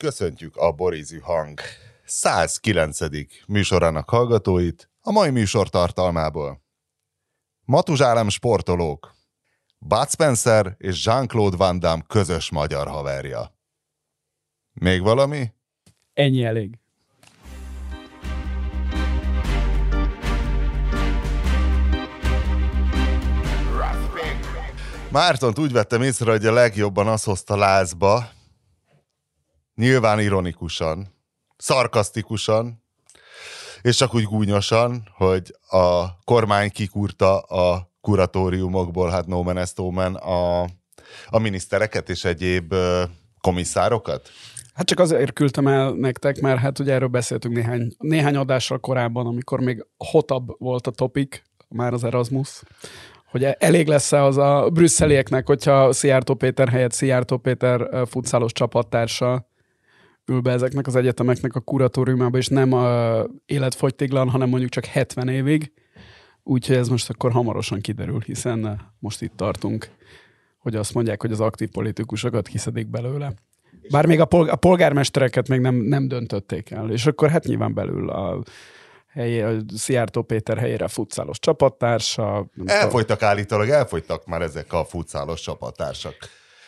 köszöntjük a Borízű Hang 109. műsorának hallgatóit a mai műsor tartalmából. Matuzsálem sportolók, Bud Spencer és Jean-Claude Van Damme közös magyar haverja. Még valami? Ennyi elég. Mártont úgy vettem észre, hogy a legjobban az hozta lázba, nyilván ironikusan, szarkasztikusan, és csak úgy gúnyosan, hogy a kormány kikúrta a kuratóriumokból, hát no man est omen, a minisztereket és egyéb komisszárokat. Hát csak azért küldtem el nektek, mert hát ugye erről beszéltünk néhány adással korábban, amikor még hotabb volt a topic, már az Erasmus, hogy elég lesz-e az a brüsszelieknek, hogyha Szijjártó Péter helyett Szijjártó Péter futszálos csapattársa ül be ezeknek az egyetemeknek a kuratóriumába, és nem életfogytiglan, hanem mondjuk csak 70 évig. Úgyhogy ez most akkor hamarosan kiderül, hiszen most itt tartunk, hogy azt mondják, hogy az aktív politikusokat kiszedik belőle. Bár még a polgármestereket még nem döntötték el. És akkor hát nyilván belül a Szijjártó Péter helyére futszálos csapattársa. Elfogytak már ezek a futszálos csapattársak.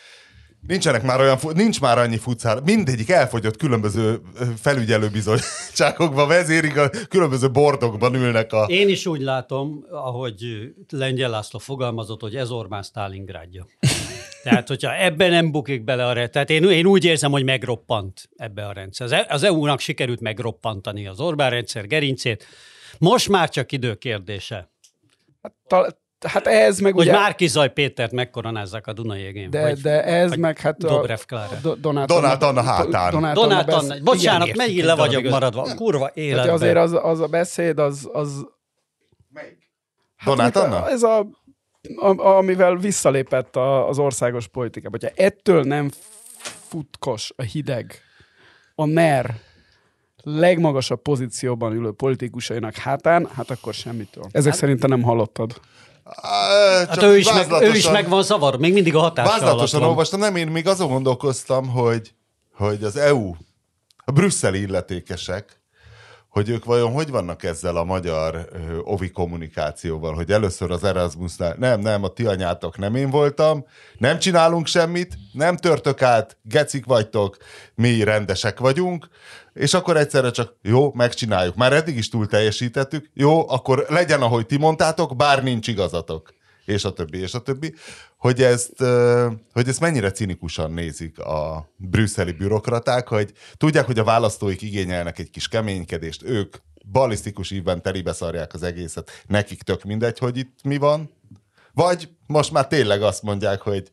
Nincs már annyi futszál, mindegyik elfogyott, különböző felügyelőbizottságokban, különböző bordokban ülnek a... Én is úgy látom, ahogy Lengyel László fogalmazott, hogy ez Orbán Sztálingrádja. Tehát, hogyha ebben nem bukik bele a rendszer, tehát én úgy érzem, hogy megroppant ebbe a rendszer. Az EU-nak sikerült megroppantani az Orbán rendszer gerincét. Most már csak idő kérdése. Hát ez meg hogy ugye... Márki-Zay Pétert megkoronázzák a Duna jégén. De ez meg hát Dobrev Klára. Donát Anna hátán. Donát Anna. Bocsánat, megint le vagyok maradva. Kurva életben. Azért az a beszéd, az... Melyik? Donát Anna? Ez amivel visszalépett az országos politikába. Hogyha ettől nem futkos a hideg, a NER legmagasabb pozícióban ülő politikusainak hátán, hát akkor semmitől. Ezek szerintem nem hallottad. Hát ő is meg van zavar, még mindig a hatással alatt van. Vázlatosan olvastam, nem, én még azon gondolkoztam, hogy az EU, a brüsszeli illetékesek, hogy ők vajon hogy vannak ezzel a magyar ovi kommunikációval, hogy először az Erasmusnál, nem, a ti anyátok, nem én voltam, nem csinálunk semmit, nem törtök át, gecik vagytok, mi rendesek vagyunk, és akkor egyszerre csak jó, megcsináljuk. Már eddig is túl teljesítettük, jó, akkor legyen, ahogy ti mondtátok, bár nincs igazatok. És a többi. Hogy ezt mennyire cinikusan nézik a brüsszeli bürokraták, hogy tudják, hogy a választóik igényelnek egy kis keménykedést, ők ballisztikus ívben telibe szarják az egészet, nekik tök mindegy, hogy itt mi van. Vagy most már tényleg azt mondják, hogy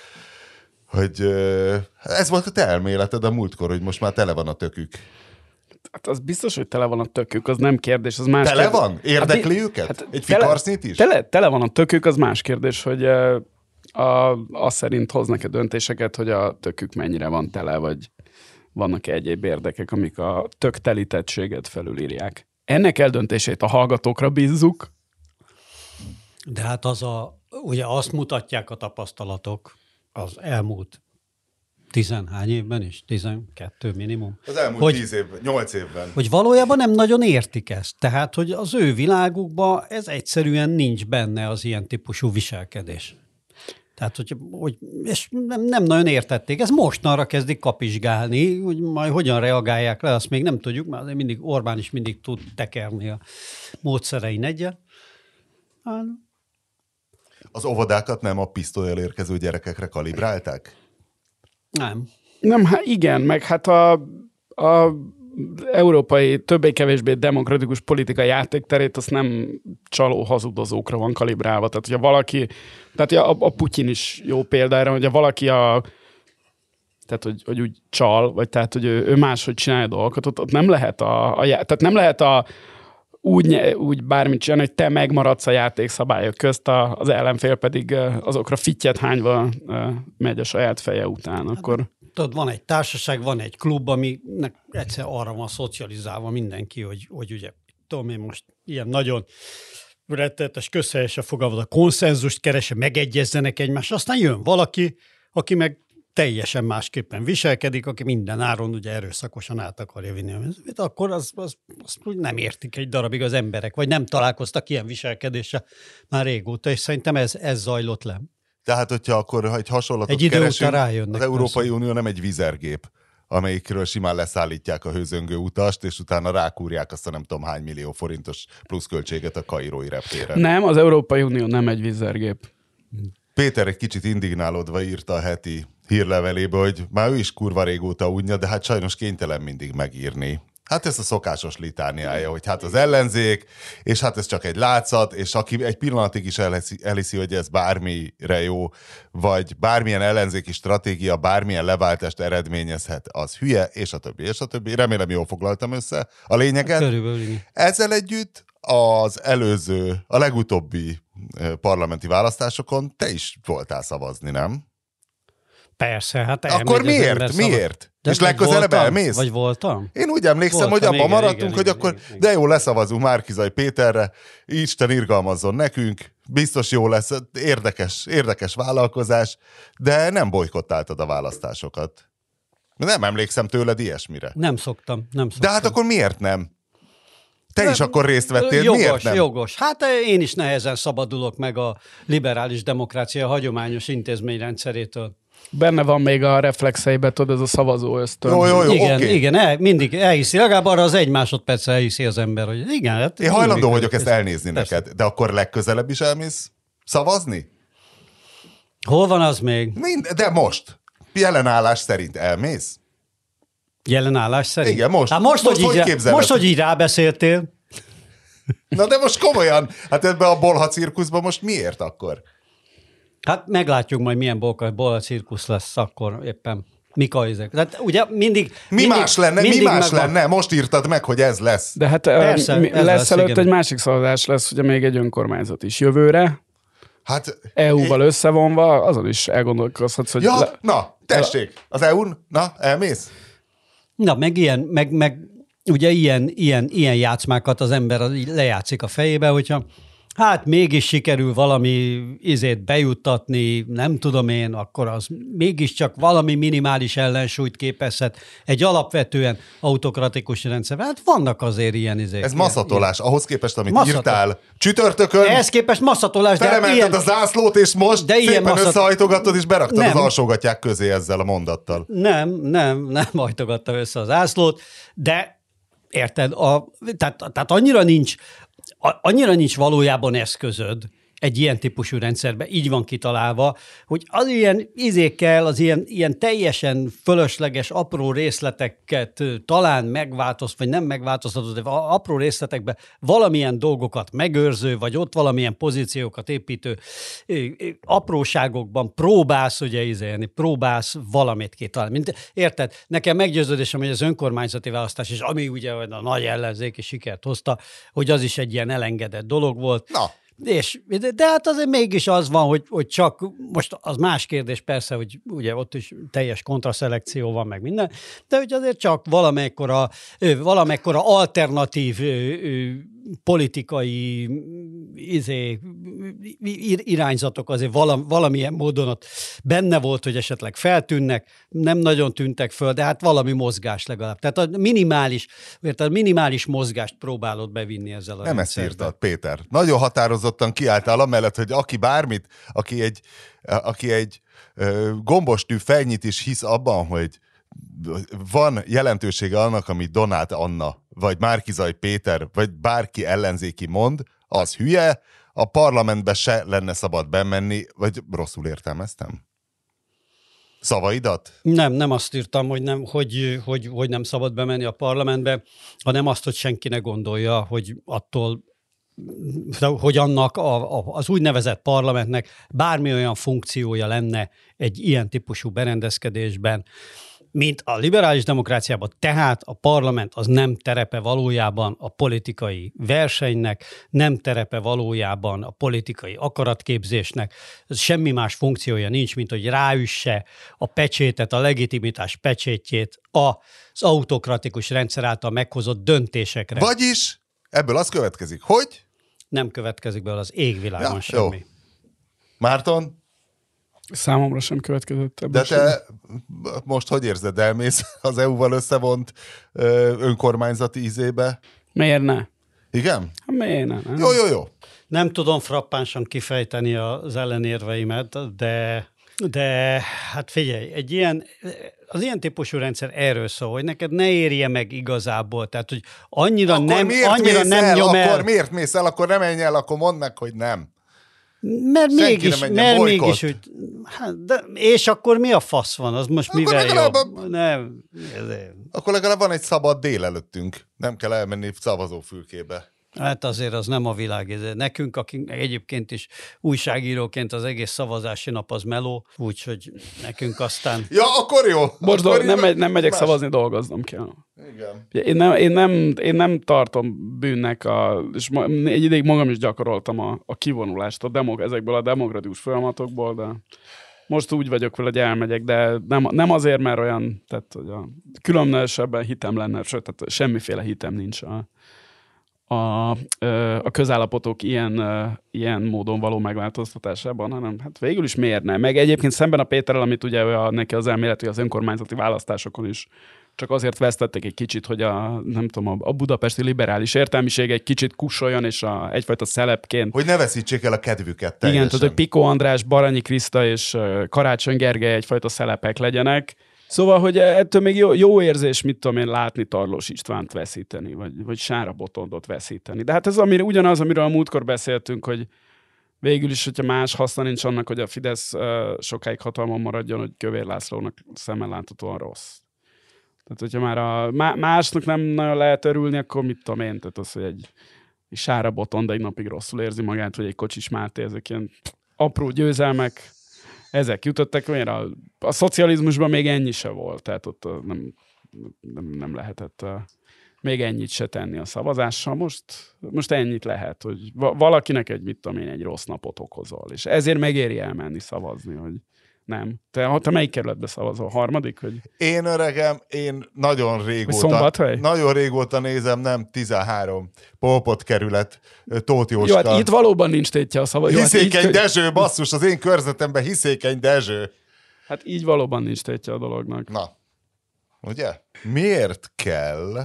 ez volt a te elméleted a múltkor, hogy most már tele van a tökük. Hát az biztos, hogy tele van a tökük, az nem kérdés, az más tele kérdés. Van? Érdekli őket? Hát egy fikarsznyit is? Tele van a tökük, az más kérdés, hogy azt szerint hoznak-e döntéseket, hogy a tökük mennyire van tele, vagy vannak-e egyéb érdekek, amik a tök telítettséget felülírják. Ennek eldöntését a hallgatókra bízzuk. De hát ugye azt mutatják a tapasztalatok az elmúlt 10-hány évben is? 12 minimum? Az elmúlt 8 évben. Hogy valójában nem nagyon értik ezt. Tehát, hogy az ő világukban ez egyszerűen nincs benne az ilyen típusú viselkedés. Tehát, és nem nagyon értették. Ez mostanra kezdik kapizsgálni, hogy majd hogyan reagálják le, azt még nem tudjuk, mert azért mindig Orbán is mindig tud tekerni a módszerein egyet. Az óvodákat nem a pisztollyal érkező gyerekekre kalibrálták? Nem, hát igen, meg hát a európai többé-kevésbé demokratikus politikai játékterét azt nem csaló hazudozókra van kalibrálva. Tehát, hogyha valaki, tehát a Putyin is jó példa erre, hogyha valaki tehát, hogy úgy csal, vagy tehát, hogy ő máshogy csinálja dolgokat, ott nem lehet tehát nem lehet úgy bármit csinálni, hogy te megmaradsz a játékszabályok közt, az ellenfél pedig azokra fittyet hányva megy a saját feje után. Akkor... Tudod, van egy társaság, van egy klub, aminek egyszer arra van szocializálva mindenki, hogy ugye, tudom én most ilyen nagyon rettenetes közhelyesen fogalmaz, a konszenzust keresse, megegyezzenek egymást, aztán jön valaki, aki meg teljesen másképpen viselkedik, aki minden áron ugye erőszakosan át akarja vinni. Akkor az nem értik egy darabig az emberek, vagy nem találkoztak ilyen viselkedéssel már régóta, és szerintem ez zajlott le. Tehát, hogyha akkor egy hasonlatot egy keresünk, rájönnek, az Európai Unió nem egy vizergép, amelyikről simán leszállítják a hőzöngő utast, és utána rákúrják azt a nem tudom hány millió forintos pluszköltséget a kairói reptéren. Nem, az Európai Unió nem egy vízergép. Péter egy kicsit indignálódva írta a heti hírlevelébe, hogy már ő is kurva régóta unja, de hát sajnos kénytelen mindig megírni. Hát ez a szokásos litániája, hogy hát az ellenzék, és hát ez csak egy látszat, és aki egy pillanatig is elhiszi, hogy ez bármire jó, vagy bármilyen ellenzéki stratégia, bármilyen leváltást eredményezhet, az hülye, és a többi, és a többi. Remélem, jól foglaltam össze a lényeget. Körülbelül. Ezzel együtt a legutóbbi parlamenti választásokon te is voltál szavazni, nem? Persze, hát akkor miért? És legközelebb elmész? Vagy voltam? Én úgy emlékszem, hogy abban maradtunk, hogy akkor de jó, leszavazunk Márki-Zay Péterre, Isten irgalmazzon nekünk, biztos jó lesz, érdekes vállalkozás, de nem bojkottáltad a választásokat. Nem emlékszem tőled ilyesmire. Nem szoktam. De hát akkor miért nem? Te is akkor részt vettél, miért nem? Jogos. Hát én is nehezen szabadulok meg a liberális demokrácia hagyományos intézményrendszerétől. Benne van még a reflexeibe, tudod, ez a szavazó ösztön. Jó, igen, mindig elhiszi, legalább arra az egy másodperc elhiszi az ember, hogy igen. Hát én hajlandó vagyok ezt elnézni neked, de akkor legközelebb is elmész szavazni? Hol van az még? De most. Jelenállás szerint elmész? Jelenállás szerint? Igen, most. Hát most, hogy így rábeszéltél. Na de most komolyan, hát ebben a bolha cirkuszban most miért akkor? Hát meglátjuk majd, milyen bolha cirkusz lesz akkor éppen. Mik a izek. Tehát ugye mindig... Mi más lenne? Most írtad meg, hogy ez lesz. De hát persze, lesz előtt igen. Egy másik szavazás lesz, ugye még egy önkormányzat is jövőre. Hát EU-val összevonva, azon is elgondolkozhatsz, hogy... Ja, na, tessék, az EU-n, elmész? Na, meg ugye ilyen játszmákat az ember lejátszik a fejébe, hogyha hát mégis sikerül valami bejuttatni, nem tudom én, akkor az mégiscsak valami minimális ellensúlyt képezhet egy alapvetően autokratikus rendszer. Hát vannak azért ilyen Ez maszatolás, ahhoz képest, amit írtál csütörtökön. Ehhez képest maszatolás. Felemelted a zászlót, és most szépen összehajtogatod, és beraktad az alsógatják közé ezzel a mondattal. Nem hajtogattam össze az zászlót, de érted, tehát annyira nincs valójában eszközöd egy ilyen típusú rendszerben, így van kitalálva, hogy az ilyen izékkel, az ilyen teljesen fölösleges apró részleteket talán vagy nem megváltoztatod, de apró részletekben valamilyen dolgokat megőrző, vagy ott valamilyen pozíciókat építő apróságokban próbálsz próbálsz valamit kitalálni. Érted? Nekem meggyőződésem, hogy az önkormányzati választás, és ami ugye a nagy ellenzéki sikert hozta, hogy az is egy ilyen elengedett dolog volt. Na. De hát azért mégis az van, hogy csak, most az más kérdés persze, hogy ugye ott is teljes kontraszelekció van, meg minden, de hogy azért csak valamekkora alternatív politikai irányzatok azért valamilyen módon ott benne volt, hogy esetleg feltűnnek, nem nagyon tűntek föl, de hát valami mozgás legalább. Tehát a minimális mozgást próbálod bevinni ezzel a nem rendszerbe. ezt írtad, Péter. Nagyon határozottan kiálltál amellett, hogy aki egy gombostű fejnyit is hisz abban, hogy van jelentősége annak, amit Donát Anna, vagy Márki-Zay Péter, vagy bárki ellenzéki mond, az hülye, a parlamentbe se lenne szabad bemenni, vagy rosszul értelmeztem? Szavaidat? Nem azt írtam, hogy nem szabad bemenni a parlamentbe, hanem azt, hogy senki ne gondolja, hogy attól, hogy annak az úgynevezett parlamentnek bármi olyan funkciója lenne egy ilyen típusú berendezkedésben, mint a liberális demokráciában, tehát a parlament az nem terepe valójában a politikai versenynek, nem terepe valójában a politikai akaratképzésnek, semmi más funkciója nincs, mint hogy ráüsse a pecsétet, a legitimitás pecsétjét az autokratikus rendszer által meghozott döntésekre. Vagyis ebből az következik, hogy? Nem következik belőle az égvilágon semmi. Jó. Márton? Számomra sem következett ebből. De te most hogy érzed, elmész az EU-val összevont önkormányzati ízébe? Miért ne? Igen? Miért ne? Nem? Jó. Nem tudom frappánsan kifejteni az ellenérveimet, de hát figyelj, az ilyen típusú rendszer erről szól, hogy neked ne érje meg igazából, tehát hogy annyira Akkor nem nyom el. el. Miért mész el, akkor nem menj el, akkor mondd meg, hogy nem. Mert Senki ne menjen, bolykott. mégis úgy, hát, és akkor mi a fasz van? Az most Akkor mivel legalább jobb? Nem, ezért. Akkor legalább van egy szabad délelőttünk. Nem kell elmenni szavazófülkébe. Hát azért az nem a világ. Nekünk, akik egyébként is újságíróként az egész szavazási nap az meló, úgyhogy nekünk aztán... Ja, akkor jó. Bocs, akkor nem megyek más. szavazni, dolgoznom kell. Igen. Én nem tartom bűnnek, és egy ideig magam is gyakoroltam a kivonulást ezekből a demokratikus folyamatokból, de most úgy vagyok vele, hogy elmegyek, de nem azért, mert olyan, tehát hogy különösebben hitem lenne, sőt, tehát semmiféle hitem nincs a közállapotok ilyen módon való megváltoztatásában, hanem hát végül is miért nem. Meg egyébként szemben a Péterrel, amit ugye neki az elmélet, hogy az önkormányzati választásokon is csak azért vesztették egy kicsit, hogy nem tudom, a budapesti liberális értelmiség egy kicsit kussoljon, és egyfajta szelepként. Hogy ne veszítsék el a kedvüket teljesen. Igen, tehát hogy Piko András, Baranyi Kriszta és Karácsony Gergely egyfajta szelepek legyenek. Szóval, hogy ettől még jó érzés, mit tudom én, látni Tarlós Istvánt veszíteni, vagy Sára Botondot veszíteni. De hát ez ugyanaz, amiről a múltkor beszéltünk, hogy végül is, hogyha más haszna nincs annak, hogy a Fidesz sokáig hatalmon maradjon, hogy Kövér Lászlónak szemmel láthatóan rossz. Tehát, hogyha már másnak nem nagyon lehet örülni, akkor mit tudom én, tehát az, hogy egy Sára Botond egy napig rosszul érzi magát, vagy egy Kocsis Máté, ezek ilyen apró győzelmek, ezek jutottak, mert a szocializmusban még ennyi se volt, tehát ott nem lehetett még ennyit se tenni a szavazással. Most ennyit lehet, hogy valakinek egy rossz napot okozol, és ezért megéri elmenni szavazni, hogy nem. Te melyik kerületbe szavazol? Harmadik? Hogy... Én öregem, nagyon régóta nézem, nem 13 Polpot kerület, Tóth Jóska. Jó, hát itt valóban nincs tétje a szavazás. Hiszékeny Dezső, basszus, az én körzetemben Hiszékeny Dezső. Hát így valóban nincs tétje a dolognak. Na, ugye? Miért kell...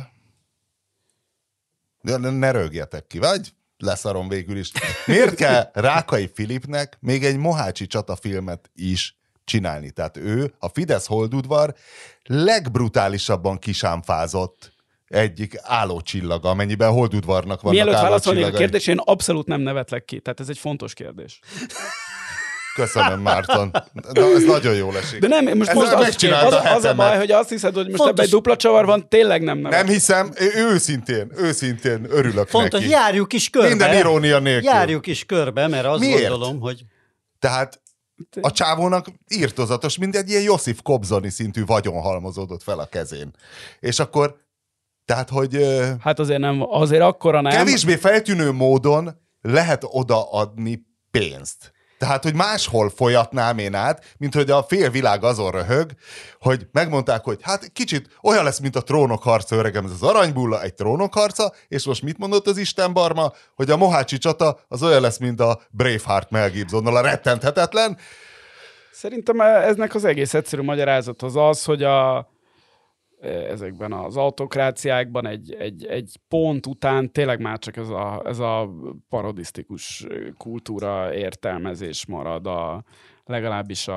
Ne rögjetek ki, vagy? Leszarom végül is. Miért kell Rákai Filipnek még egy Mohácsi csatafilmet is csinálni? Tehát ő a Fidesz holdudvar legbrutálisabban kisámfázott egyik állócsillaga, amennyiben holdudvarnak vannak Mielőtt válaszolnék a állócsillagai. kérdésre, én abszolút nem nevetlek ki. Tehát ez egy fontos kérdés. Köszönöm, Márton. De ez nagyon jól esik. De nem, most az a baj, hogy azt hiszed, hogy most ebben egy dupla csavar van, tényleg nem nevetlek. Nem hiszem, őszintén örülök fontos, neki. Járjuk is körbe. Minden irónia nélkül. Járjuk is körbe, mert azt Miért? gondolom, hogy... Tehát a csávónak írtozatos, mint egy ilyen Josif Kobzoni szintű vagyon halmozódott fel a kezén. És akkor, tehát, hogy... Hát azért akkora nem. Kevésbé feltűnő módon lehet odaadni pénzt. Tehát, hogy máshol folyatnám én át, mint hogy a félvilág azon röhög, hogy megmondták, hogy hát kicsit olyan lesz, mint a Trónok harca, öregem, ez az Aranybulla, egy Trónok harca, és most mit mondott az Isten barma? Hogy a Mohácsi csata az olyan lesz, mint a Braveheart Mel Gibsonnal, a rettenthetetlen. Szerintem eznek az egész egyszerű magyarázat az, hogy ezekben az autokráciákban egy pont után tényleg már csak ez a parodisztikus kultúra értelmezés marad legalábbis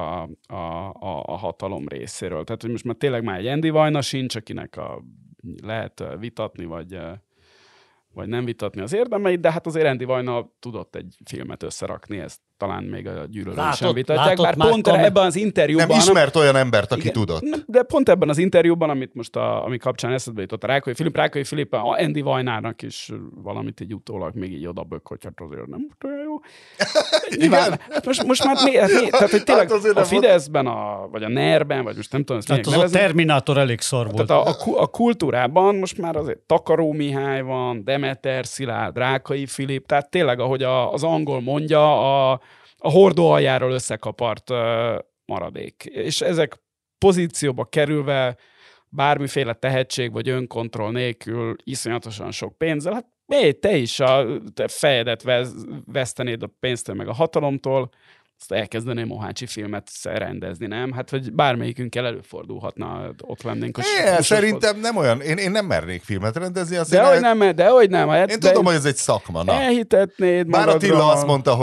a hatalom részéről. Tehát, hogy most már tényleg már egy Andy Vajna sincs, akinek lehet vitatni, vagy nem vitatni az érdemeit, de hát azért Andy Vajna tudott egy filmet összerakni, ezt talán még a Gyűlölőn sem vitatják, bár pont ebben az interjúban... Nem ismert olyan embert, aki tudott. De pont ebben az interjúban, amit most ami kapcsán eszedbe jutott a Rákai Filip, a Andy Vajnának is valamit így utólag még így odabök, hogy hát azért nem olyan jó. Nyilván, hát most már tehát, hogy tényleg hát a Fideszben, vagy a NER-ben, vagy most nem tudom, ezt hát az a Terminátor elég szar volt. Tehát a kultúrában most már azért Takaró Mihály van, Demeter Szilárd, Rákai Filip, tehát tényleg, ahogy az angol mondja, a hordó aljáról összekapart maradék. És ezek pozícióba kerülve bármiféle tehetség vagy önkontroll nélkül iszonyatosan sok pénzzel, hát te is a fejedet vesztenéd a pénztől meg a hatalomtól, azt elkezdené Mohácsi filmet rendezni, nem? Hát, hogy bármelyikünkkel előfordulhatna, ott lennénk. Szerintem nem olyan, én nem mernék filmet rendezni. Dehogy nem. Hát, én tudom, hogy ez egy szakma. Na. Elhitetnéd bár magadra. Attila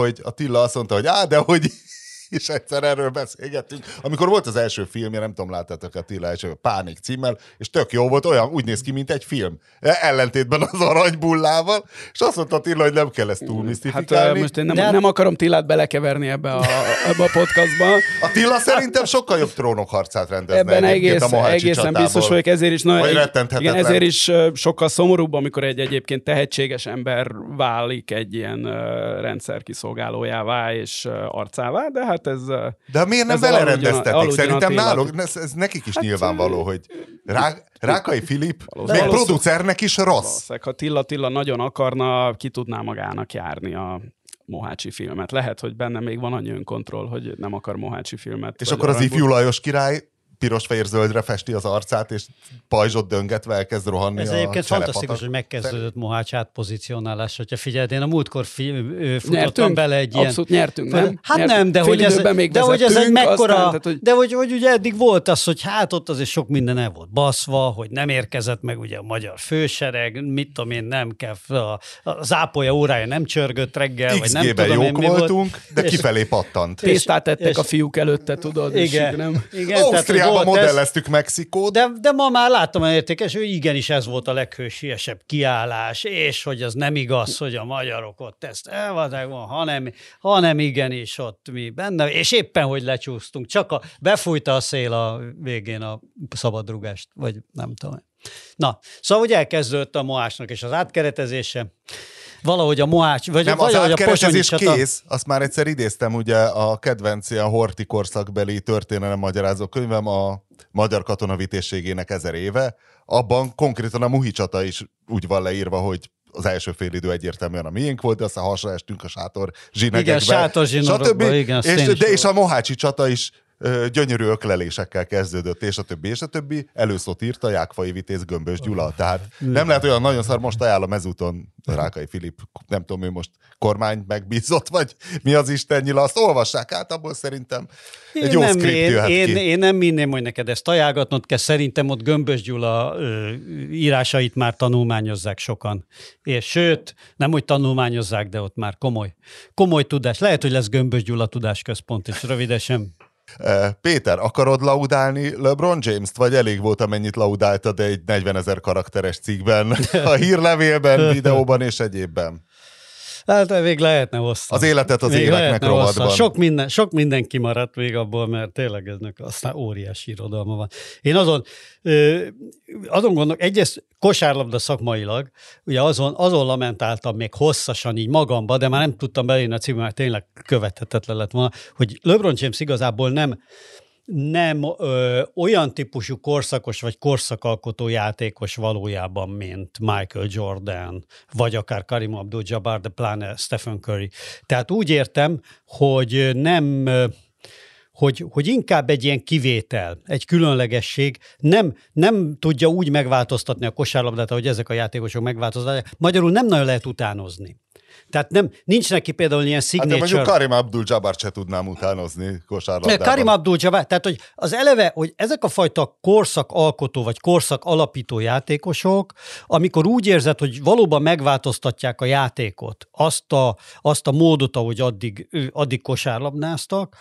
azt mondta, hogy de hogy és egyszer erről beszélgettünk. Amikor volt az első filmje, nem tudom, láttátok Attila első Pánik címmel, és tök jó volt, olyan úgy néz ki, mint egy film. Ellentétben az Aranybullával, és azt mondta Attila, hogy nem kell ezt túl misztifikálni. Hát most én nem akarom Tilát belekeverni ebbe a podcastba. Attila szerintem sokkal jobb Trónok harcát rendezne. Ebben egészen biztos vagyok, ezért is, ezért is sokkal szomorúbb, amikor egy egyébként tehetséges ember válik egy ilyen rendszerkiszolgálójává és arcává, de hát ez... De miért nem vele rendeztetik? Szerintem náluk, ez nekik is nyilvánvaló, hogy Rákai Filip még producernek is rossz. Ha Attila nagyon akarna, ki tudná magának járni a Mohácsi filmet. Lehet, hogy benne még van annyi önkontroll, hogy nem akar Mohácsi filmet. És akkor az ifjú Lajos király piros-fehér-zöldre festi az arcát, és pajzsot döngetve elkezd rohanni. Ez egyébként fantasztikus, hogy megkezdődött Mohács átpozicionálás. Hogyha figyeld, én a múltkor futottam bele egy ilyen... Abszolút nyertünk, nem? Hát nem, de hogy ez egy mekkora... De hogy ugye eddig volt az, hogy hát ott azért sok minden el volt baszva, hogy nem érkezett meg ugye a magyar fősereg, mit tudom én, nem kell, a zápolya órája nem csörgött reggel, vagy nem tudom jók én mi voltunk, de kifelé pattant. Tésztát tettek a fiúk előtte, tudod? Igen. Ausztriában modelleztük Mexikót. De ma már láttam olyan értékes, hogy igenis ez volt a leghősiesebb kiállás, és hogy az nem igaz, hogy a magyarok ott ezt elvadák van, hanem igenis ott mi benne, és éppen, hogy lecsúsztunk, csak befújta a szél a végén a szabadrugást, vagy nem tudom. Na, szóval, hogy elkezdődött a Mohácsnak és az átkeretezése. Valahogy a Mohács, vagy nem, az átkeretezés kész, azt már egyszer idéztem, ugye a kedvenc ilyen horti korszakbeli történelem magyarázó könyvem, a Magyar Katonavitézségének 1000 éve, abban konkrétan a Muhi csata is úgy van leírva, hogy az első félidő egyértelműen a miénk volt, de aztán hasra estünk a sátor zsinegekbe. Igen, sátorzsinórokba, igen. És a Mohácsi csata is gyönyörű öklelésekkel kezdődött, és a többi. Előszót írta Jákfai Vitéz Gömbös Gyula. Tehát nem lehet olyan nagyon szar, most ajánlom ezúton Rákai Filip, nem tudom, ő most kormány megbízott, vagy mi az Isten nyila, azt olvassák át, abból szerintem egy jó szkript jöhet ki. Én nem minném, hogy neked ezt ajánlatnod kell, szerintem ott Gömbös Gyula írásait már tanulmányozzák sokan. És sőt, nem úgy tanulmányozzák, de ott már komoly tudás. Lehet, hogy lesz Gömbös Gyula tudásközpont is, rövidesen. Péter, akarod laudálni LeBron James-t, vagy elég volt, amennyit laudáltad egy 40 000 karakteres cikkben, a hírlevélben, videóban és egyébben? Hát még lehetne hosszabb. Az életet az éveknek rovatban. Sok minden kimaradt még abból, mert tényleg eznek aztán óriási irodalma van. Én azon gondolok, egyrészt kosárlabda szakmailag, ugye azon lamentáltam még hosszasan így magamba, de már nem tudtam belépni a cikkbe, mert tényleg követhetetlen lett volna, hogy LeBron James igazából nem olyan típusú korszakos vagy korszakalkotó játékos valójában, mint Michael Jordan, vagy akár Kareem Abdul-Jabbar, de pláne Stephen Curry. Tehát úgy értem, hogy hogy inkább egy ilyen kivétel, egy különlegesség, nem tudja úgy megváltoztatni a kosárlabdát, ahogy ezek a játékosok megváltoztatják. Magyarul nem nagyon lehet utánozni. Tehát nincs neki például ilyen signature... Hát de mondjuk Kareem Abdul-Jabbar se tudnám utánozni kosárlabdában. Kareem Abdul-Jabbar, tehát hogy az eleve, hogy ezek a fajta korszakalkotó vagy korszak alapító játékosok, amikor úgy érzed, hogy valóban megváltoztatják a játékot, azt a módot, ahogy addig kosárlabdáztak,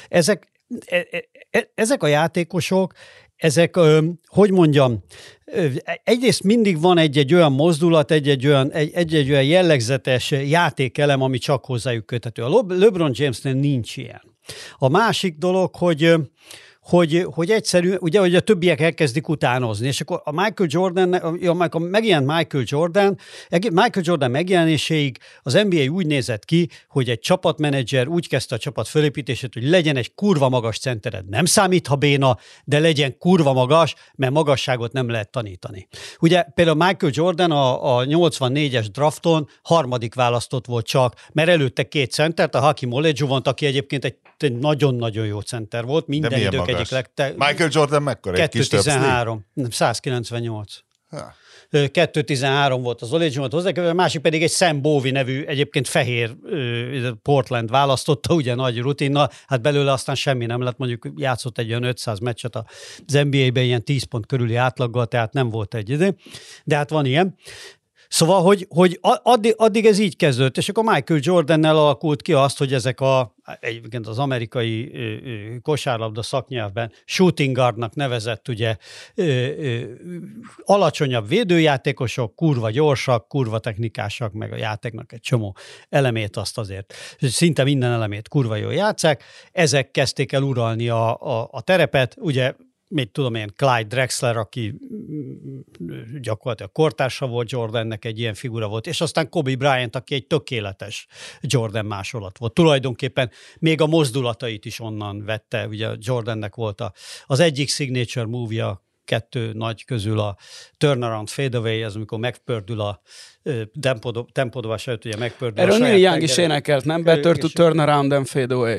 ezek a játékosok, ezek, hogy mondjam, egyrészt mindig van egy olyan mozdulat, egy olyan jellegzetes játékelem, ami csak hozzájuk köthető. A LeBron Jamesnél nincs ilyen. A másik dolog, hogy egyszerű, ugye, hogy a többiek elkezdik utánozni, és akkor a Michael Jordan, amikor megjelent Michael Jordan megjelenéséig az NBA úgy nézett ki, hogy egy csapatmenedzser úgy kezdte a csapat fölépítését, hogy legyen egy kurva magas centered. Nem számít, ha béna, de legyen kurva magas, mert magasságot nem lehet tanítani. Ugye például Michael Jordan a 84-es drafton 3. választott volt csak, mert előtte 2 centert, a Hakeem Olajuwont, aki egyébként egy nagyon-nagyon jó center volt, minden idők egyik Michael Jordan mekkora? 213, 198. 2-13 volt az Olajuwon hozzá, a másik pedig egy Sam Bowie nevű, egyébként fehér Portland választotta, ugye nagy rutinnal, hát belőle aztán semmi nem lett, mondjuk játszott egy olyan 500 meccset az NBA-ben ilyen 10 pont körüli átlaggal, tehát nem volt egy idő, de hát van ilyen. Szóval, hogy addig ez így kezdődött, és akkor Michael Jordannel alakult ki azt, hogy ezek egyébként az amerikai kosárlabda szaknyelvben shooting guardnak nevezett ugye alacsonyabb védőjátékosok, kurva gyorsak, kurva technikásak, meg a játéknak egy csomó elemét azt azért, szinte minden elemét kurva jól játsszák. Ezek kezdték el uralni a terepet, ugye mit tudom én, Clyde Drexler, aki gyakorlatilag kortársa volt Jordannek, egy ilyen figura volt, és aztán Kobe Bryant, aki egy tökéletes Jordan másolat volt. Tulajdonképpen még a mozdulatait is onnan vette, ugye Jordannek volt az egyik signature movie-a, 2 nagy közül a turnaround fadeaway, ez amikor megpördül a tempodobás előtt, ugye megpördül erről Neil Young is énekelt, nem? Better to turn around and fade away.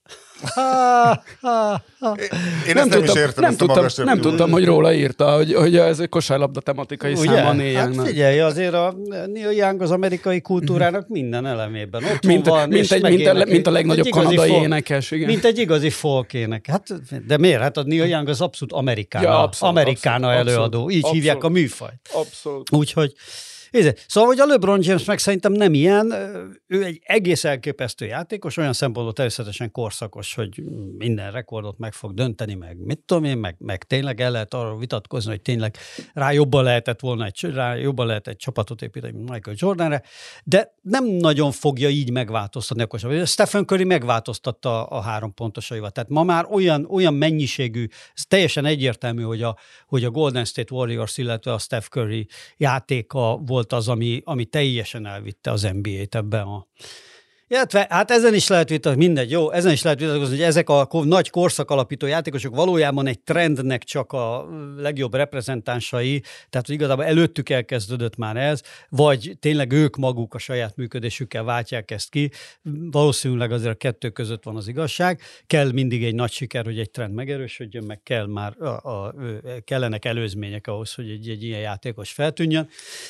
Én ezt nem is értem, nem tudtam, hogy róla írta, hogy ez egy kosárlabda tematikai szám a Neil Youngnak. Hát figyelj, azért a Neil Young az amerikai kultúrának minden elemében ott van. Mint a legnagyobb kanadai énekes. Igen. Mint egy igazi folk ének. Hát, de miért? Hát a Neil Young az abszolút amerikána előadó. Így hívják a műfajt. Abszolút. Úgyhogy szóval, hogy a LeBron James meg szerintem nem ilyen, ő egy egész elképesztő játékos, olyan szempontból természetesen korszakos, hogy minden rekordot meg fog dönteni, meg mit tudom én, meg tényleg el lehet arról vitatkozni, hogy tényleg rá jobban lehet egy csapatot építeni, mint Michael Jordanre, de nem nagyon fogja így megváltoztatni a kosárlabdát. Stephen Curry megváltoztatta a 3 pontosaival, tehát ma már olyan mennyiségű, ez teljesen egyértelmű, hogy a Golden State Warriors, illetve a Steph Curry játéka volt az, ami teljesen elvitte az NBA-t ebben Illetve, hát ezen is lehet vitatkozni, mindegy, jó, ezen is lehet vitatkozni, hogy ezek a nagy korszakalapító játékosok valójában egy trendnek csak a legjobb reprezentánsai, tehát hogy igazából előttük elkezdődött már ez, vagy tényleg ők maguk a saját működésükkel váltják ezt ki. Valószínűleg azért a kettő között van az igazság. Kell mindig egy nagy siker, hogy egy trend megerősödjön, meg kell már kellenek előzmények ahhoz, hogy egy ilyen játékos feltűnjön.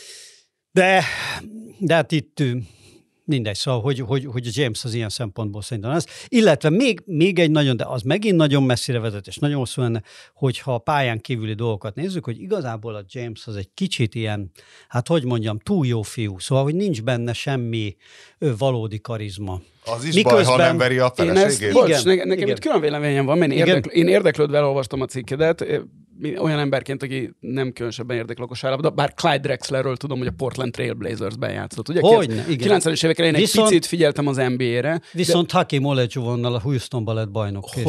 De hát itt mindegy, szóval, hogy a James az ilyen szempontból szerintem az. Illetve még egy nagyon, de az megint nagyon messzire vezet, és nagyon hosszú lenne, hogyha a pályán kívüli dolgokat nézzük, hogy igazából a James az egy kicsit ilyen, hát hogy mondjam, túl jó fiú. Szóval, hogy nincs benne semmi valódi karizma. Az is baj, ha nem veri a feleségét. Nekem itt külön véleményem van, mert én érdeklődve elolvastam a cikkedet, olyan emberként, aki nem különösebben érdekel a kosárlabda, bár Clyde Drexlerről tudom, hogy a Portland Trail Blazers-ben játszott. Ugye? 90-es évek elején egy picit figyeltem az NBA-re. Viszont Hakeem Olajuwonnal a Houstonban lett bajnok később.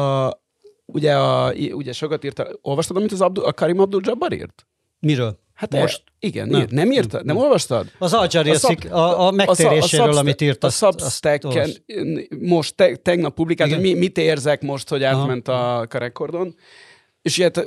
Hogy ugye sokat írta, olvastad, amit a Karim Abdul-Jabbar írt? Miről? Hát most? Igen, nem írtad? Nem olvastad? Az Al-Jazeera a megtéréséről, amit írt. A Substack-en most tegnap publikált, hogy mit érzek most, hogy átment a rekordon. És ilyet,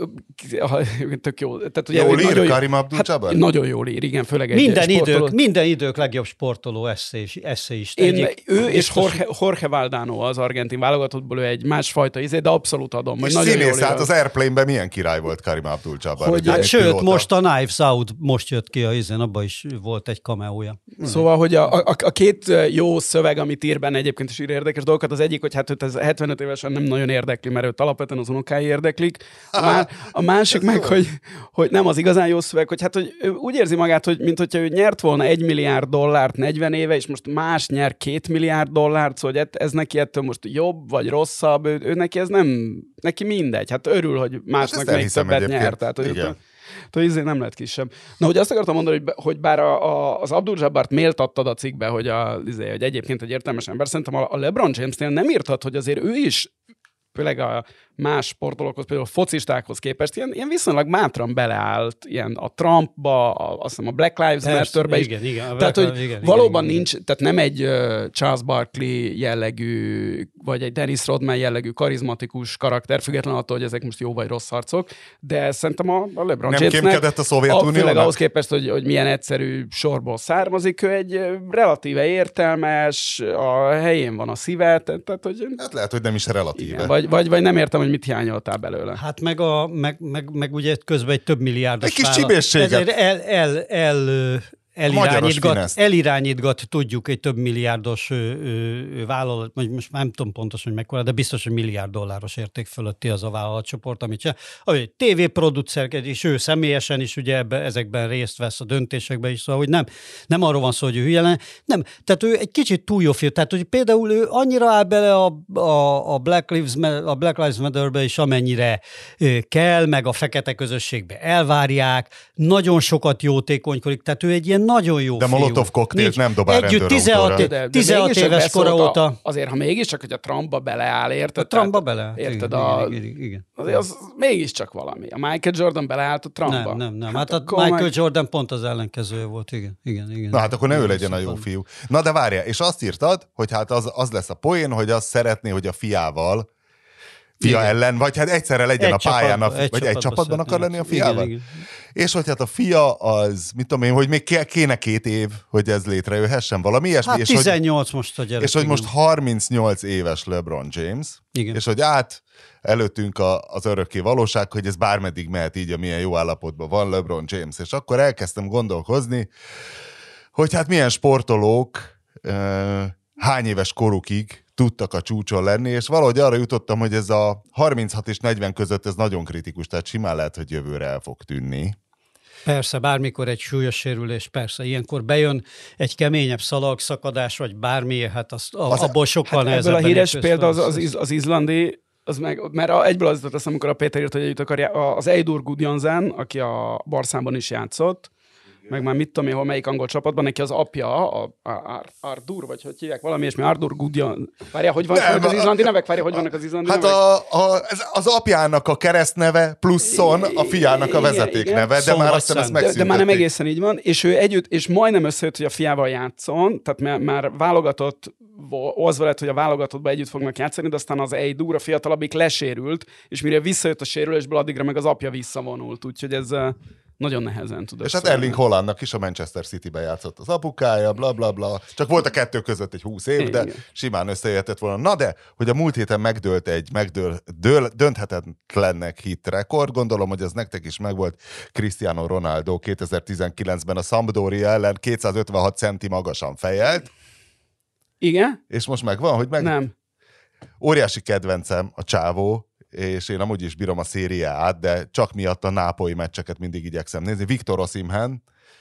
tök jó. Tehát, ugye, jól ír Karim Abdul-Jabbar? Hát, nagyon jól ír, igen, főleg egy minden idők legjobb sportoló eszéist. Ő és Jorge Valdano az argentin válogatottból, ő egy másfajta de abszolút adom. És színész, hát az Airplane-ben milyen király volt Karim Abdul-Jabbar. Hát sőt, most a Knives Out most jött ki abban is volt egy cameója. Szóval, hogy a két jó szöveg, amit ír benne egyébként is ír érdekes dolgokat, az egyik, hogy hát őt ez 75 évesen nem nagyon érdekli, mert őt alapvetően az unokái érdeklik. A másik meg, hogy nem az igazán jó szöveg, hogy hát hogy ő úgy érzi magát, hogy mint hogyha ő nyert volna $1 milliárd 40 éve, és most más nyer $2 milliárd, szóval ez neki ettől most jobb vagy rosszabb, ő neki ez nem, neki mindegy. Hát örül, hogy másnak még többet nyer. Tehát, hogy nem lett kisebb. Na, hogy azt akartam mondani, hogy bár az Abdul-Jabbart méltattad a cikkbe, hogy egyébként egy értelmes ember, szerintem a LeBron Jamesnél nem írtad, hogy azért ő is főleg a más sportolókhoz, például a focistákhoz képest ilyen viszonylag bátran beleállt ilyen a Trumpba, azt hiszem a Black Lives Matter-be is. Igen, tehát, hogy valóban nincs, tehát nem egy Charles Barkley jellegű, vagy egy Dennis Rodman jellegű karizmatikus karakter, függetlenül attól, hogy ezek most jó vagy rossz harcok, de szerintem a LeBron Jamesnek... Nem kémkedett a Szovjetuniónak? Főleg ahhoz képest, hogy milyen egyszerű sorból származik, ő egy relatíve értelmes, a helyén van a szíve, tehát hogy... Hát lehet, hogy nem is relatíve. Igen, Vagy nem értem, hogy mit hiányoltál belőle. Hát meg ugye közben egy több milliárdos egy kis csibészséget. Elirányítgat, tudjuk, egy több milliárdos vállalat, most már nem tudom pontosan, hogy mekkora, de biztos, hogy $1 milliárd érték fölötti az a vállalatcsoport, amit csinál. Ahogy tévéproducerként, és ő személyesen is ugye ezekben részt vesz a döntésekben is, szóval, hogy nem arról van szó, hogy ő hülye lenne. Nem, tehát ő egy kicsit túl jó fiú. Tehát, hogy például ő annyira áll bele a Black Lives Matter-be is, amennyire kell, meg a fekete közösségbe elvárják, nagyon sokat jótékonykodik, tehát ő egy ilyen nagyon jó de fiú. Molotov koktélt nem dobál Együtt rendőrautóra. 16 éves kora óta. Azért, ha mégiscsak, hogy a Trumpba beleáll, érted? A Trumpba beleáll. Érted? Igen. Azért az mégiscsak valami. A Michael Jordan beleállt a Trumpba. Nem. Hát a Michael Jordan pont az ellenkezője volt, igen. Na hát akkor ne ő legyen a jó fiú. Na de várjál, és azt írtad, hogy hát az lesz a poén, hogy azt szeretné, hogy a fiával, fia ellen, vagy hát egyszerre legyen a pályán, vagy egy csapatban akar lenni a fiával. Igen. És hogy hát a fia az, mit tudom én, hogy még kéne 2 év, hogy ez létrejöhessen, valami ilyesmi. Hát és 18 most a gyerek. És hogy most 38 éves LeBron James, igen. És hogy előttünk az örökké valóság, hogy ez bármeddig mehet így, amilyen jó állapotban van LeBron James. És akkor elkezdtem gondolkozni, hogy hát milyen sportolók hány éves korukig tudtak a csúcson lenni, és valahogy arra jutottam, hogy ez a 36 és 40 között ez nagyon kritikus, tehát simán lehet, hogy jövőre el fog tűnni. Persze, bármikor egy súlyos sérülés, persze. Ilyenkor bejön egy keményebb szalagszakadás, vagy bármi, hát abból sokkal nehezebben. Ebből a híres példa az izlandi, mert egyből az jutott, amikor a Péter írt, hogy együtt akarja, az Eidur Gudjonsen, aki a Barszában is játszott, meg már mit tudom én, melyik angol csapatban, neki az apja, Ardur, vagy hogy hívják, valami ilyesmi, Ardur Gudjon. Várjál, hogy vannak az izlandi nevek? Várjál, hogy vannak az izlandi nevek? Az apjának a keresztneve pluszon a fiának a vezetékneve, de már azt hiszem ezt megszüntették. De már nem egészen így van, és ő együtt, és majdnem összejött, hogy a fiával játszon, tehát már válogatott, az lett, hogy a válogatottban együtt fognak játszani, de aztán az Eidur, a fiatalabbik lesérült, és mire visszajött a sérülésből, addigra meg az apja visszavonult, úgyhogy ez nagyon nehezen tud. És hát Erling Haalandnak is a Manchester City-ben játszott az apukája, blablabla. Bla, bla. Csak volt a kettő között egy 20 év, de simán összejöhetett volna. Na de, hogy a múlt héten megdőlt egy dönthetetlennek hit rekord, gondolom, hogy ez nektek is megvolt. Cristiano Ronaldo 2019-ben a Sampdoria ellen 256 centi magasan fejelt. Igen? És most megvan, hogy Nem. Óriási kedvencem a csávó, és én amúgy is bírom a szériát, de csak miatt a nápolyi meccseket mindig igyekszem nézni. Victor Osimhen,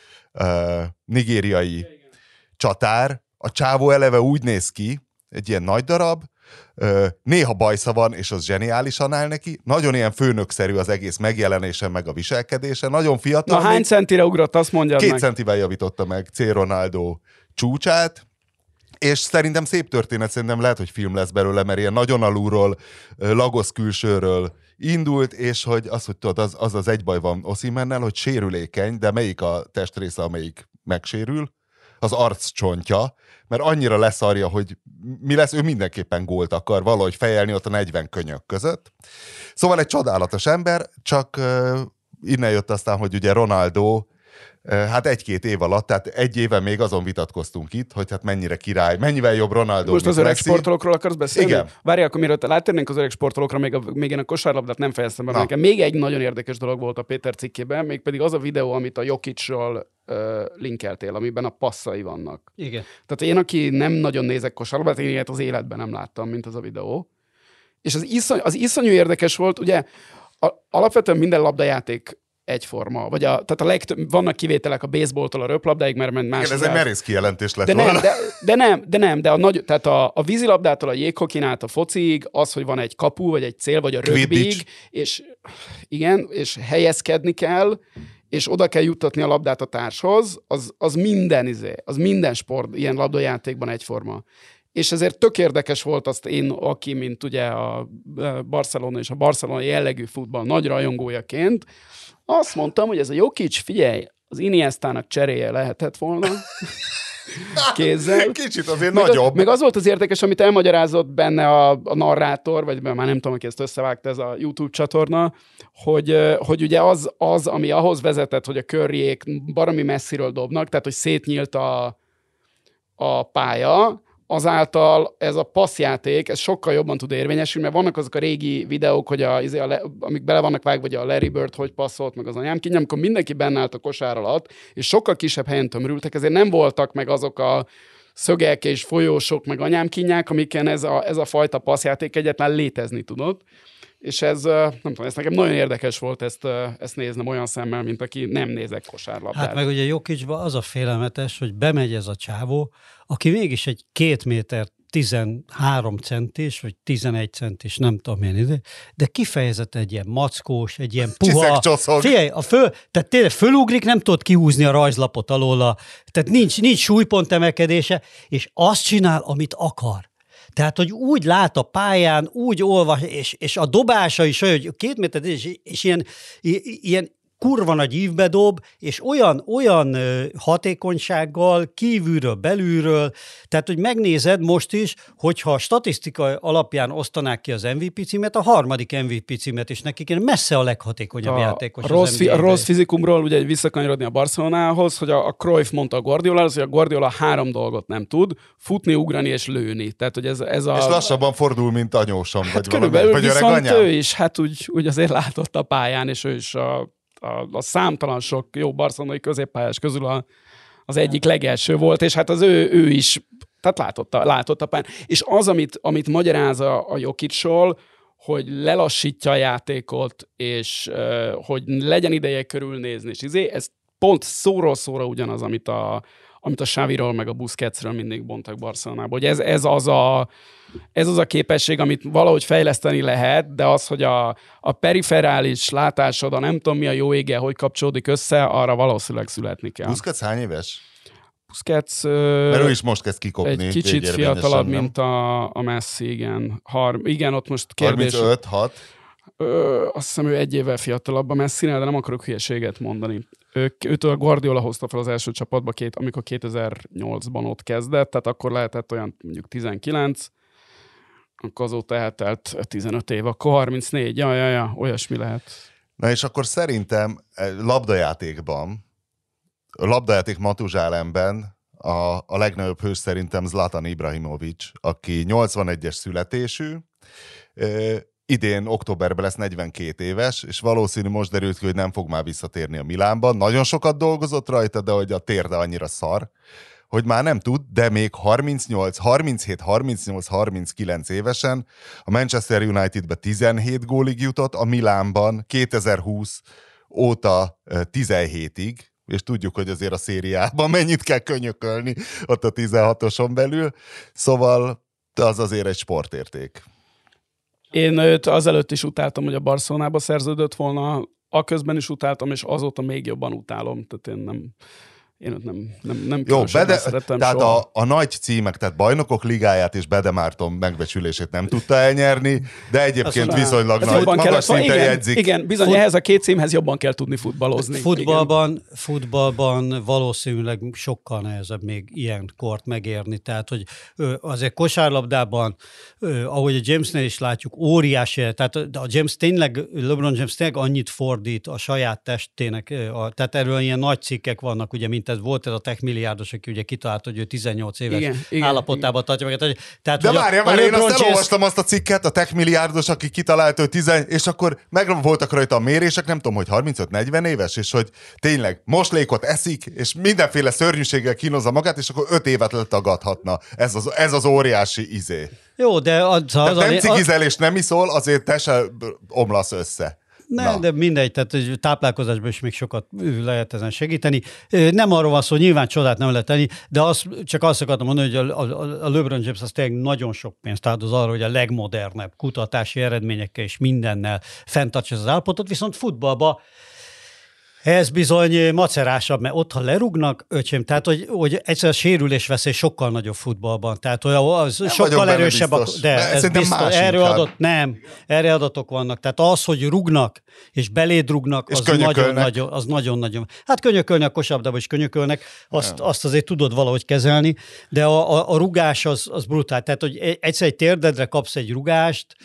nigériai csatár, a csávó eleve úgy néz ki, egy ilyen nagy darab, néha bajsza van, és az zseniálisan áll neki, nagyon ilyen főnökszerű az egész megjelenése, meg a viselkedése, nagyon fiatal. Na hány centire ugrott, azt mondjad 2 meg. centivel javította meg C. Ronaldo csúcsát, és szerintem szép történet, szerintem lehet, hogy film lesz belőle, mert ilyen nagyon alulról, lagosz külsőről indult, és hogy tudod, az egy baj van Osimhennel, hogy sérülékeny, de melyik a testrésze, amelyik megsérül? Az arccsontja, mert annyira leszarja, hogy mi lesz, ő mindenképpen gólt akar valahogy fejelni ott a 40 könyök között. Szóval egy csodálatos ember, csak innen jött aztán, hogy ugye Ronaldo hát 1-2 év alatt, tehát 1 éve még azon vitatkoztunk itt, hogy hát mennyire király, mennyivel jobb Ronaldo. Most az öreg sportolókról akarsz beszélni? Igen. Várjál, akkor mielőtt átérnénk az öreg sportolókra, még én a kosárlabdát nem fejeztem be. Nekem még egy nagyon érdekes dolog volt a Péter cikkében, mégpedig az a videó, amit a Jokicról linkeltél, amiben a passzai vannak. Igen. Tehát én, aki nem nagyon nézek kosárlabdát, én ilyet az életben nem láttam, mint az a videó. És az iszonyú érdekes volt, ugye alapvetően minden labdajáték egyforma. Vagy tehát a legtöbb, vannak kivételek a baseballtól a röplabdáig, mert más. Igen, ez egy merész kijelentés lett volna. De tehát a vízilabdától a jéghokin át a fociig, az, hogy van egy kapu, vagy egy cél, vagy a rögbig, és igen, és helyezkedni kell, és oda kell juttatni a labdát a társhoz, az minden sport ilyen labdajátékban egyforma. És ezért tök érdekes volt azt én, aki, mint ugye a Barcelona és a Barcelona jellegű futball nagy rajongójaként, azt mondtam, hogy ez a Jokic, figyelj, az Iniestának cseréje lehetett volna kézzel. Kicsit azért nagyobb. Meg az volt az érdekes, amit elmagyarázott benne a narrátor, vagy már nem tudom, aki ezt összevágta, ez a YouTube csatorna, hogy ugye az, ami ahhoz vezetett, hogy a Curryék baromi messziről dobnak, tehát hogy szétnyílt a pálya, azáltal ez a passzjáték, ez sokkal jobban tud érvényesülni, mert vannak azok a régi videók, hogy amik bele vannak vágva, vagy a Larry Bird hogy passzolt, meg az anyám kínja, amikor mindenki benne állt a kosár alatt, és sokkal kisebb helyen tömörültek, ezért nem voltak meg azok a szögek és folyósok, meg anyámkínják, amiken ez a fajta passzjáték egyetlen létezni tudott. És ez, nem tudom, ez nekem nagyon érdekes volt ezt néznem olyan szemmel, mint aki nem nézek kosárlabdát. Hát meg ugye Jokicban az a félelmetes, hogy bemegy ez a csávó, aki mégis egy 2 méter 13 centis, vagy 11 centis, nem tudom én ide, de kifejezetten egy ilyen mackós, egy ilyen puha. Figyelj, tehát tényleg fölugrik, nem tudod kihúzni a rajzlapot alóla, tehát nincs súlypont emelkedése, és azt csinál, amit akar. Tehát, hogy úgy lát a pályán, úgy olvas, és a dobása is olyan, hogy 2 méter, és ilyen kurva nagy ívbe dob, és olyan hatékonysággal, kívülről, belülről, tehát, hogy megnézed most is, hogyha a statisztika alapján osztanák ki az MVP címet, a 3. MVP címet, és nekik messze a leghatékonyabb játékos a rossz fizikumról ugye visszakanyarodni a Barcelonához, hogy a Cruyff mondta a Guardiolához, hogy a Guardiola 3 dolgot nem tud, futni, ugrani és lőni. Tehát, hogy ez a... És lassabban fordul, mint anyósom, hát vagy körülbelül valami, vagy viszont ő is, hát úgy azért látott a pályán, és ő is a számtalan sok jó barcelonai középpályás közül az egyik legelső volt, és hát az ő is, tehát látott a pályán. És az, amit magyaráz a Jokicról, hogy lelassítja a játékot, és hogy legyen ideje körülnézni, és ez pont szóról szóra ugyanaz, amit a Xaviról meg a Busquetsről mindig bontak Barcelonában. Hogy ez az a képesség, amit valahogy fejleszteni lehet, de az, hogy a periferális látásod, a nem tudom mi a jó ége, hogy kapcsolódik össze, arra valószínűleg születni kell. Busquets hány éves? Busquets... Mert ő is most kezd kikopni. Egy kicsit fiatalabb, mint a Messi, igen. Igen, ott most kérdés... 35-6? Azt hiszem, ő 1 évvel fiatalabb a Messi-nél, de nem akarok hülyeséget mondani. Őtől a Guardiola hozta fel az első csapatba, amikor 2008-ban ott kezdett, tehát akkor lehetett olyan mondjuk 19, akkor azóta eltelt 15 év, akkor 34, olyasmi lehet. Na és akkor szerintem labdajáték Matuzsálemben a legnagyobb hős szerintem Zlatan Ibrahimovic, aki 81-es születésű, idén októberben lesz 42 éves, és valószínű most derült ki, hogy nem fog már visszatérni a Milánban. Nagyon sokat dolgozott rajta, de hogy a térde annyira szar, hogy már nem tud, de még 37-39 évesen a Manchester Unitedbe 17 gólig jutott, a Milánban 2020 óta 17-ig, és tudjuk, hogy azért a szériában mennyit kell könyökölni ott a 16-oson belül, szóval az azért egy sportérték. Én őt azelőtt is utáltam, hogy a Barcelonába szerződött volna, aközben is utáltam, és azóta még jobban utálom, tehát én őt nem különösen szerettem tehát soha. a nagy címek, tehát Bajnokok Ligáját és Bedemárton megbecsülését nem tudta elnyerni, de egyébként viszonylag nagy, magas szinten jegyzik. Igen, bizony ehhez a 2 címhez jobban kell tudni futballozni. Futballban valószínűleg sokkal nehezebb még ilyen kort megérni, tehát hogy azért kosárlabdában, ahogy a Jamesnél is látjuk, óriási, tehát a LeBron James tényleg annyit fordít a saját testének, tehát erről ilyen nagy cikkek vannak, ugye, mint volt ez a tech milliárdos, aki ugye kitalálta, hogy ő 18 éves állapotában tartja meg. Tehát, de várjál, én azt elolvastam azt a cikket, a tech milliárdos, aki kitalálta, hogy 10, és akkor meg voltak rajta a mérések, nem tudom, hogy 35-40 éves, és hogy tényleg moslékot eszik, és mindenféle szörnyűséggel kínozza magát, és akkor 5 évet letagadhatna. Ez az óriási izé. Jó, de nem cigizel és nem iszol, azért te se omlasz össze. De mindegy, tehát táplálkozásban is még sokat lehet ezen segíteni. Nem arról van szó, nyilván csodát nem lehet tenni, de csak azt akartam mondani, hogy a LeBron James az tényleg nagyon sok pénzt áldoz arra, hogy a legmodernebb kutatási eredményekkel és mindennel fenntartsa az állapotot, viszont futballban ez bizony macerásabb, mert ott, ha lerúgnak, öcsém, tehát, hogy egyszer a sérülésveszély sokkal nagyobb futballban, tehát az nem sokkal erősebb, de ez biztos, erre adatok vannak, tehát az, hogy rúgnak, és beléd rúgnak, az nagyon-nagyon. Hát könyökölni a kosárlabdában is könyökölnek, azt azért tudod valahogy kezelni, de a rúgás az brutál, tehát, hogy egyszer egy térdedre kapsz egy rúgást,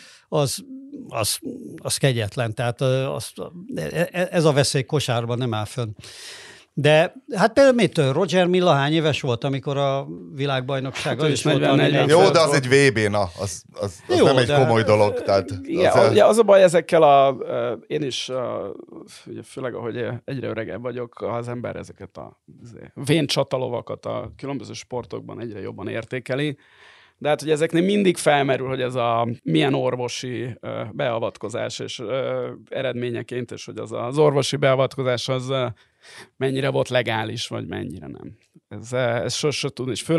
az kegyetlen, tehát ez a veszély kosárban nem áll fönn. De hát például Roger Milla hány éves volt, amikor a világbajnokság? Hát is volt 40. Jó, de az egy VB-na, az Jó, nem egy de- komoly dolog. Tehát Igen, ugye az a baj ezekkel én is, ugye főleg ahogy egyre öregebb vagyok, az ember ezeket a vén csatalovakat a különböző sportokban egyre jobban értékeli. De hát ugye ezeknél mindig felmerül, hogy ez milyen orvosi beavatkozás és eredményeként, és hogy az orvosi beavatkozás az mennyire volt legális, vagy mennyire nem. Ez sose tudni, és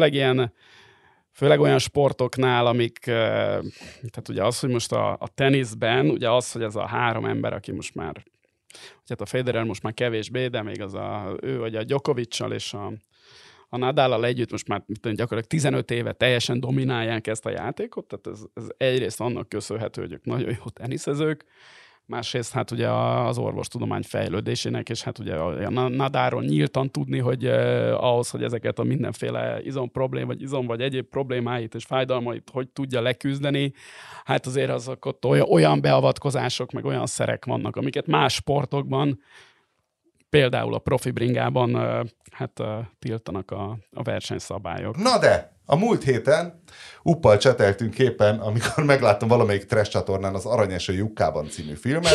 főleg olyan sportoknál, amik, tehát ugye az, hogy most a teniszben, ugye az, hogy ez a 3 ember, aki most már, ugye a Federer most már kevésbé, de még az ő vagy a Djokovic-sal és a Nadállal együtt most már gyakorlatilag 15 éve teljesen dominálják ezt a játékot, tehát ez egyrészt annak köszönhető, hogy ők nagyon jó teniszezők, másrészt hát ugye az orvostudomány fejlődésének, és hát ugye a Nadalról nyíltan tudni, hogy ahhoz, hogy ezeket a mindenféle izom vagy egyéb problémáit és fájdalmait hogy tudja leküzdeni, hát azért azok ott olyan beavatkozások, meg olyan szerek vannak, amiket más sportokban, például a profi bringában tiltanak a versenyszabályok. Na de, a múlt héten Uppal cseteltünk éppen, amikor megláttam valamelyik trash csatornán az Aranyeső Jukkában című filmet,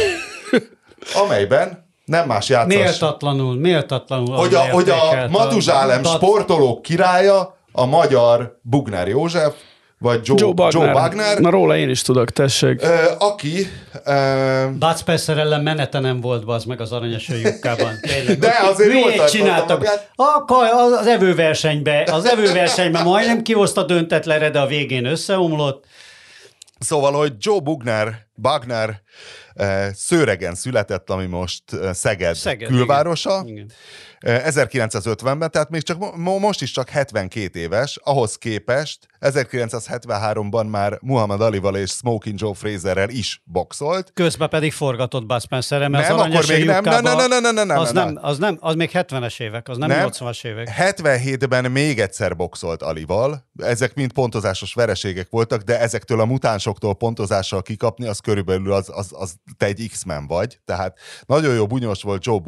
amelyben nem más játszás. Méltatlanul. Hogy a Matuzsálem sportolók királya, a magyar Bugner József, vagy Joe Wagner. Na róla én is tudok, tessék. Aki... Bud Spencer ellen menete nem volt, bazd meg az Aranyeső Jukkában. Tényleg. De azért jól Miért csináltak? magát. Az evőversenyben majdnem kihozta döntetlenre, de a végén összeomlott. Szóval, hogy Joe Wagner Szőregen született, ami most Szeged külvárosa. Igen. 1950-ben, tehát még csak most is csak 72 éves, ahhoz képest 1973-ban már Muhammad Alival és Smoking Joe Fraserrel is boxolt. Közben pedig forgatott Bud Spencerre, mert Nem, az akkor még nem. az még 70-es évek, az nem 80-as évek. 77-ben még egyszer boxolt Alival, ezek mind pontozásos vereségek voltak, de ezektől a mutánsoktól pontozással kikapni, az körülbelül az te egy X-Men vagy, tehát nagyon jó bunyos volt Joe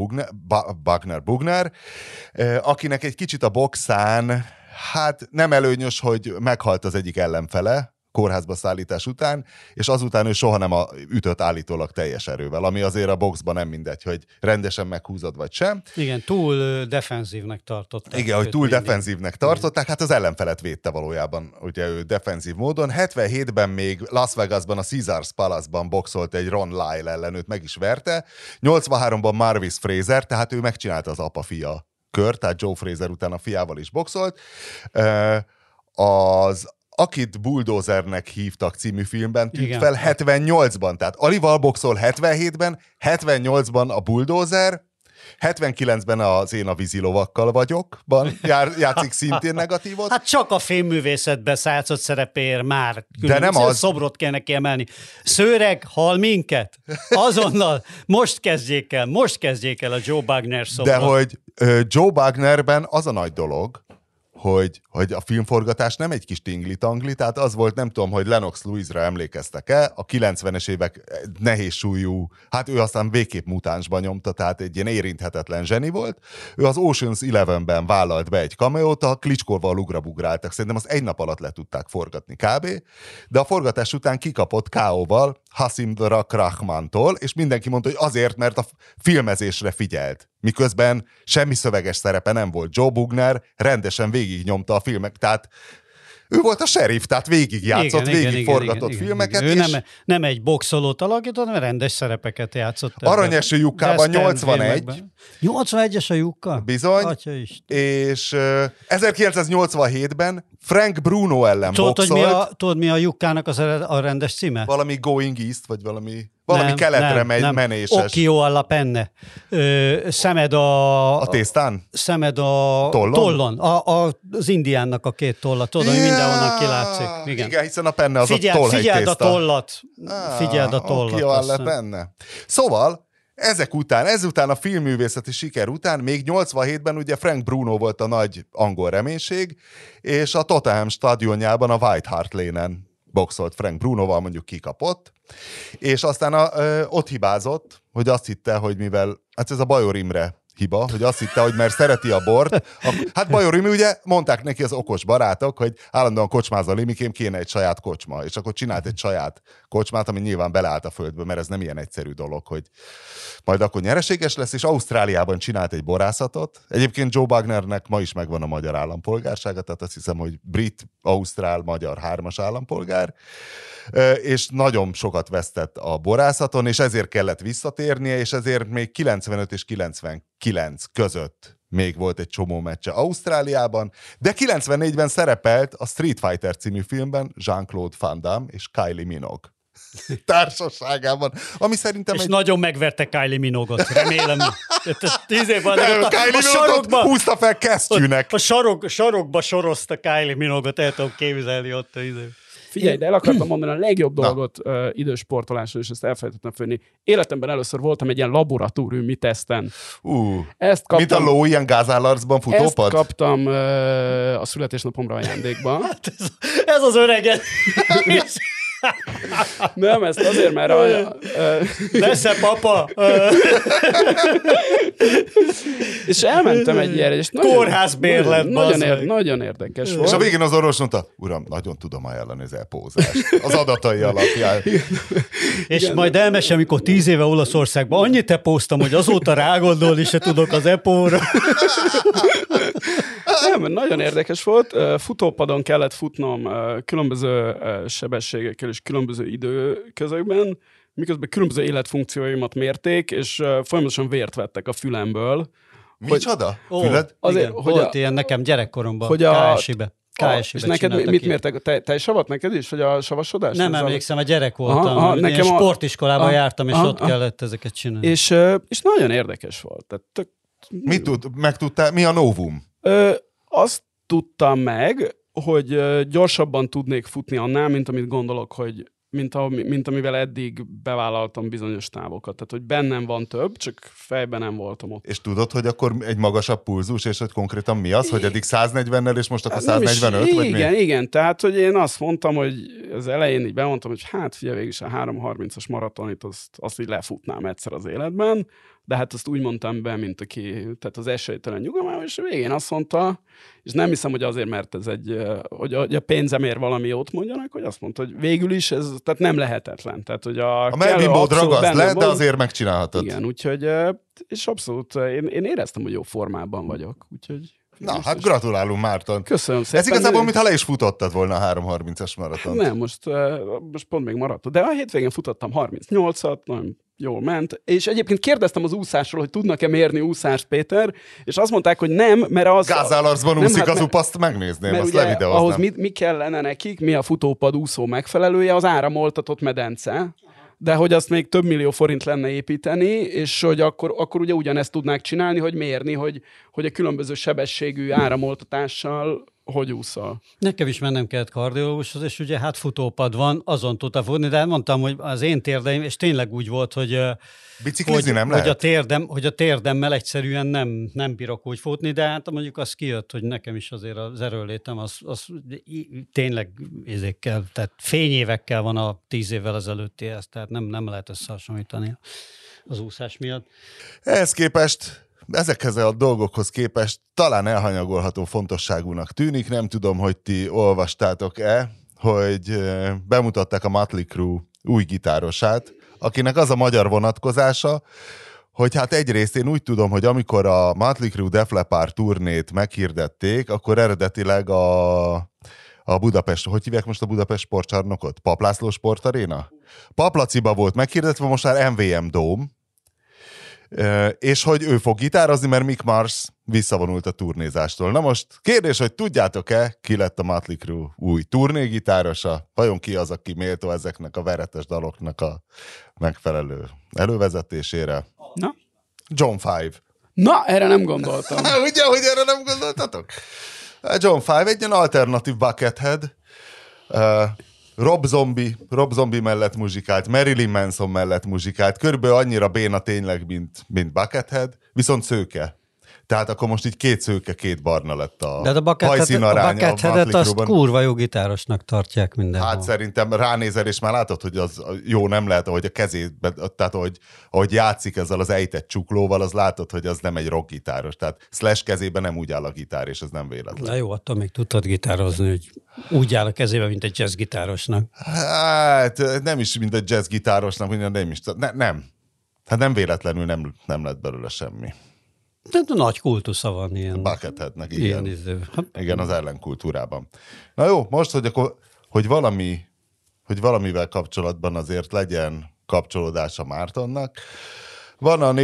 Bugner, akinek egy kicsit a boxán, hát nem előnyös, hogy meghalt az egyik ellenfele kórházba szállítás után, és azután ő soha nem ütött állítólag teljes erővel, ami azért a boxban nem mindegy, hogy rendesen meghúzod vagy sem. Igen, túl defenzívnek tartották. Igen, hogy túl defenzívnek tartották, hát az ellenfelet védte valójában, ugye ő defenzív módon. 77-ben még Las Vegasban, a Caesars Palace-ban boxolt egy Ron Lyle ellen, őt meg is verte. 83-ban Marvis Fraser, tehát ő megcsinálta az apa-fia kör, tehát Joe Fraser után a fiával is boxolt. Akit Bulldozernek hívtak című filmben tűnt fel 78-ban, tehát Alival boxol 77-ben, 78-ban a Bulldozer, 79-ben az Én a vízilovakkal vagyokban játszik szintén negatívot. Hát csak a filmművészetben szállított szerepéért már. De nem az. Szobrot kellene kiemelni. Szőreg, hal minket? Azonnal most kezdjék el a Joe Wagner szobrot. De hogy Joe Wagnerben az a nagy dolog, hogy a filmforgatás nem egy kis tingli-tangli, tehát az volt, nem tudom, hogy Lennox Lewis-ra emlékeztek-e, a 90-es évek nehéz súlyú, hát ő aztán végképp mutánsban nyomta, tehát egy ilyen érinthetetlen zseni volt. Ő az Ocean's 11-ben vállalt be egy cameót, a Klitschkóval ugrabugráltak, szerintem az egy nap alatt le tudták forgatni kb. De a forgatás után kikapott K.O.-val Hasim Rahmantól, és mindenki mondta, hogy azért, mert a filmezésre figyelt. Miközben semmi szöveges szerepe nem volt. Joe Wagner rendesen végignyomta a filmek, tehát ő volt a sheriff, tehát végigjátszott, forgatott filmeket. Ő nem egy boxolót alakított, hanem rendes szerepeket játszott. Aranyeső Jukkában 81. 81-es a Jukka? Bizony. És 1987-ben Frank Bruno ellen boxolt. Tudod, mi a Jukkának a rendes címe? Valami Going East, vagy valami keletre menéses. Occhio alla penne. Szemed a tésztán? Szemed a tollon. Az indiánnak a két tolla. Tudod, hogy mindenhonnan kilátszik. Igen, hiszen a penne az a tollhegy tészta. Figyeld a tollat. Occhio alla penne. Szóval, ezután a filmművészeti siker után még 87-ben ugye Frank Bruno volt a nagy angol reménység, és a Tottenham stadionjában a White Hart Lane-en boxolt Frank Brunoval, mondjuk kikapott, és aztán ott hibázott, hogy azt hitte, hogy mivel, hát ez a Bajor Imre hiba, hogy azt hitte, hogy mert szereti a bort. Hát Bajor Imi, ugye mondták neki az okos barátok, hogy állandóan kocsmázol Imikém, kéne egy saját kocsma. És akkor csinált egy saját kocsmát, ami nyilván beleállt a földbe, mert ez nem ilyen egyszerű dolog, hogy majd akkor nyereséges lesz, és Ausztráliában csinált egy borászatot. Egyébként Joe Wagnernek ma is megvan a magyar állampolgársága, tehát azt hiszem, hogy brit, ausztrál, magyar 3-as állampolgár, és nagyon sokat vesztett a borászaton, és ezért kellett visszatérnie, és ezért még 95 és 99 között még volt egy csomó meccse Ausztráliában, de 94-ben szerepelt a Street Fighter című filmben Jean-Claude Van Damme és Kylie Minogue társaságában, ami szerintem és nagyon megverte Kylie Minogue-ot, remélem. 10 évvel a sarokba húzta fel kesztyűnek. A sarokba sorozta Kylie Minogue-ot, el tudom képzelni ott a izé. Figyelj, de el akartam mondani a legjobb dolgot idősportolásról, és ezt elfelejtettem fölni. Életemben először voltam egy ilyen laboratóriumi teszten. Ezt kaptam, mint a ló, ilyen gázállarcban futópad? Ezt kaptam a születésnapomra ajándékba. Hát ez az öreget. Nem, ezt azért, mert Lesz-e papa? és elmentem egy ilyenre, és kórházbérlet, nagyon érdekes volt. És a végén az orvos mondta, uram, nagyon tudom ajánlani az epózást. Az adatai alapján. És igen, majd elmesem, amikor 10 éve Olaszországban annyit epóztam, hogy azóta rágondolni se tudok az epóra. Nem, nagyon érdekes volt. Futópadon kellett futnom különböző sebességekkel és különböző időközökben, miközben különböző életfunkcióimat mérték, és folyamatosan vért vettek a fülemből. Micsoda? Füled? Azért, igen, volt ilyen nekem gyerekkoromban, hogy KSI-be. És neked mit mértek? Te savat neked is, vagy a savasodás? Nem emlékszem, a gyerek voltam. Nekem sportiskolában jártam, és ott kellett ezeket csinálni. És nagyon érdekes volt. Tehát megtudtál, mi a novum? Azt tudtam meg, hogy gyorsabban tudnék futni annál, mint amit gondolok, hogy mint amivel eddig bevállaltam bizonyos távokat. Tehát, hogy bennem van több, csak fejben nem voltam ott. És tudod, hogy akkor egy magasabb pulzus, és hogy konkrétan mi az, hogy eddig 140-nel, és most akkor 145? Vagy igen. Tehát, hogy én azt mondtam, hogy az elején így bemondtam, hogy hát figyelj, végig is a 3:30-as maratonit, azt így lefutnám egyszer az életben, de hát azt úgy mondtam be, mint aki, tehát az esélytelen nyugalmában, és végén azt mondta, és nem hiszem, hogy azért, mert ez hogy a pénzemért valami jót mondjanak, hogy azt mondta, hogy végül is ez, tehát nem lehetetlen. Tehát, hogy a melbimbód ragaszt le, de azért megcsinálhatod. Igen, úgyhogy, és abszolút, én éreztem, hogy jó formában vagyok, úgyhogy... Na, hát gratulálunk, Márton. Köszönöm szépen. Ez igazából, mintha le is futottad volna a 3:30-as maratont. Nem, most pont még maradt. De a hétvégén futottam 38-at, nagyon jól ment. És egyébként kérdeztem az úszásról, hogy tudnak-e mérni úszást, Péter, és azt mondták, hogy nem, mert az... Gázállarcban úszik az upaszt, megnézném, azt levideóznám. Ahhoz mi kellene nekik, mi a futópad úszó megfelelője, az áramoltatott medence, de hogy azt még több millió forint lenne építeni, és hogy akkor ugye ugyanezt tudnák csinálni, hogy mérni, hogy a különböző sebességű áramoltatással hogy úszol. Nekem is mennem kellett kardiológushoz, és ugye hát futópad van, azon tudta futni, de mondtam, hogy az én térdeim, és tényleg úgy volt, hogy biciklizni nem lehet? Hogy a térdemmel egyszerűen nem bírok úgy futni, de hát mondjuk az kijött, hogy nekem is azért az erőlétem, az tényleg ezekkel, tehát fényévekkel van a 10 évvel ezelőttihez, tehát nem lehet összehasonlítani az úszás miatt. Ehhez képest ezekhez a dolgokhoz képest talán elhanyagolható fontosságúnak tűnik. Nem tudom, hogy ti olvastátok-e, hogy bemutatták a Mötley Crüe új gitárosát, akinek az a magyar vonatkozása, hogy hát egyrészt én úgy tudom, hogy amikor a Mötley Crüe Def Leppard turnét meghirdették, akkor eredetileg a Budapest, hogy hívják most a Budapest sportcsarnokot? Pap László Sportaréna? Paplaciba volt meghirdetve, most már MVM Dome, és hogy ő fog gitározni, mert Mick Mars visszavonult a turnézástól. Na most kérdés, hogy tudjátok-e, ki lett a Mötley Crüe új turnégitárosa? Vajon ki az, aki méltó ezeknek a veretes daloknak a megfelelő elővezetésére? Na? John Five. Na, erre nem gondoltam. Ugye, hogy erre nem gondoltatok? John Five egy ilyen alternatív Buckethead. Rob Zombie mellett muzsikált, Marilyn Manson mellett muzsikált, körülbelül annyira béna tényleg, mint Buckethead, viszont szőke. Tehát akkor most így 2 szőke, 2 barna lett a de a hajszínaránya a Bucketheadet azt kurva jó gitárosnak tartják mindenhol. Hát szerintem ránézel, és már látod, hogy az jó nem lehet, ahogy a kezébe, tehát ahogy játszik ezzel az ejtett csuklóval, az látod, hogy az nem egy rockgitáros. Tehát Slash kezében nem úgy áll a gitár, és ez nem véletlen. Na jó, attól még tudtad gitározni, hogy úgy áll a kezébe, mint egy jazzgitárosnak. Hát nem is mint egy jazzgitárosnak, nem is. Nem. Hát nem véletlenül nem lett belőle semmi. De nagy kultusza van ilyen. Bucketheadnek, igen. Hát, igen, az ellenkultúrában. Na jó, most, hogy valamivel kapcsolatban azért legyen kapcsolódása Mártonnak. Van a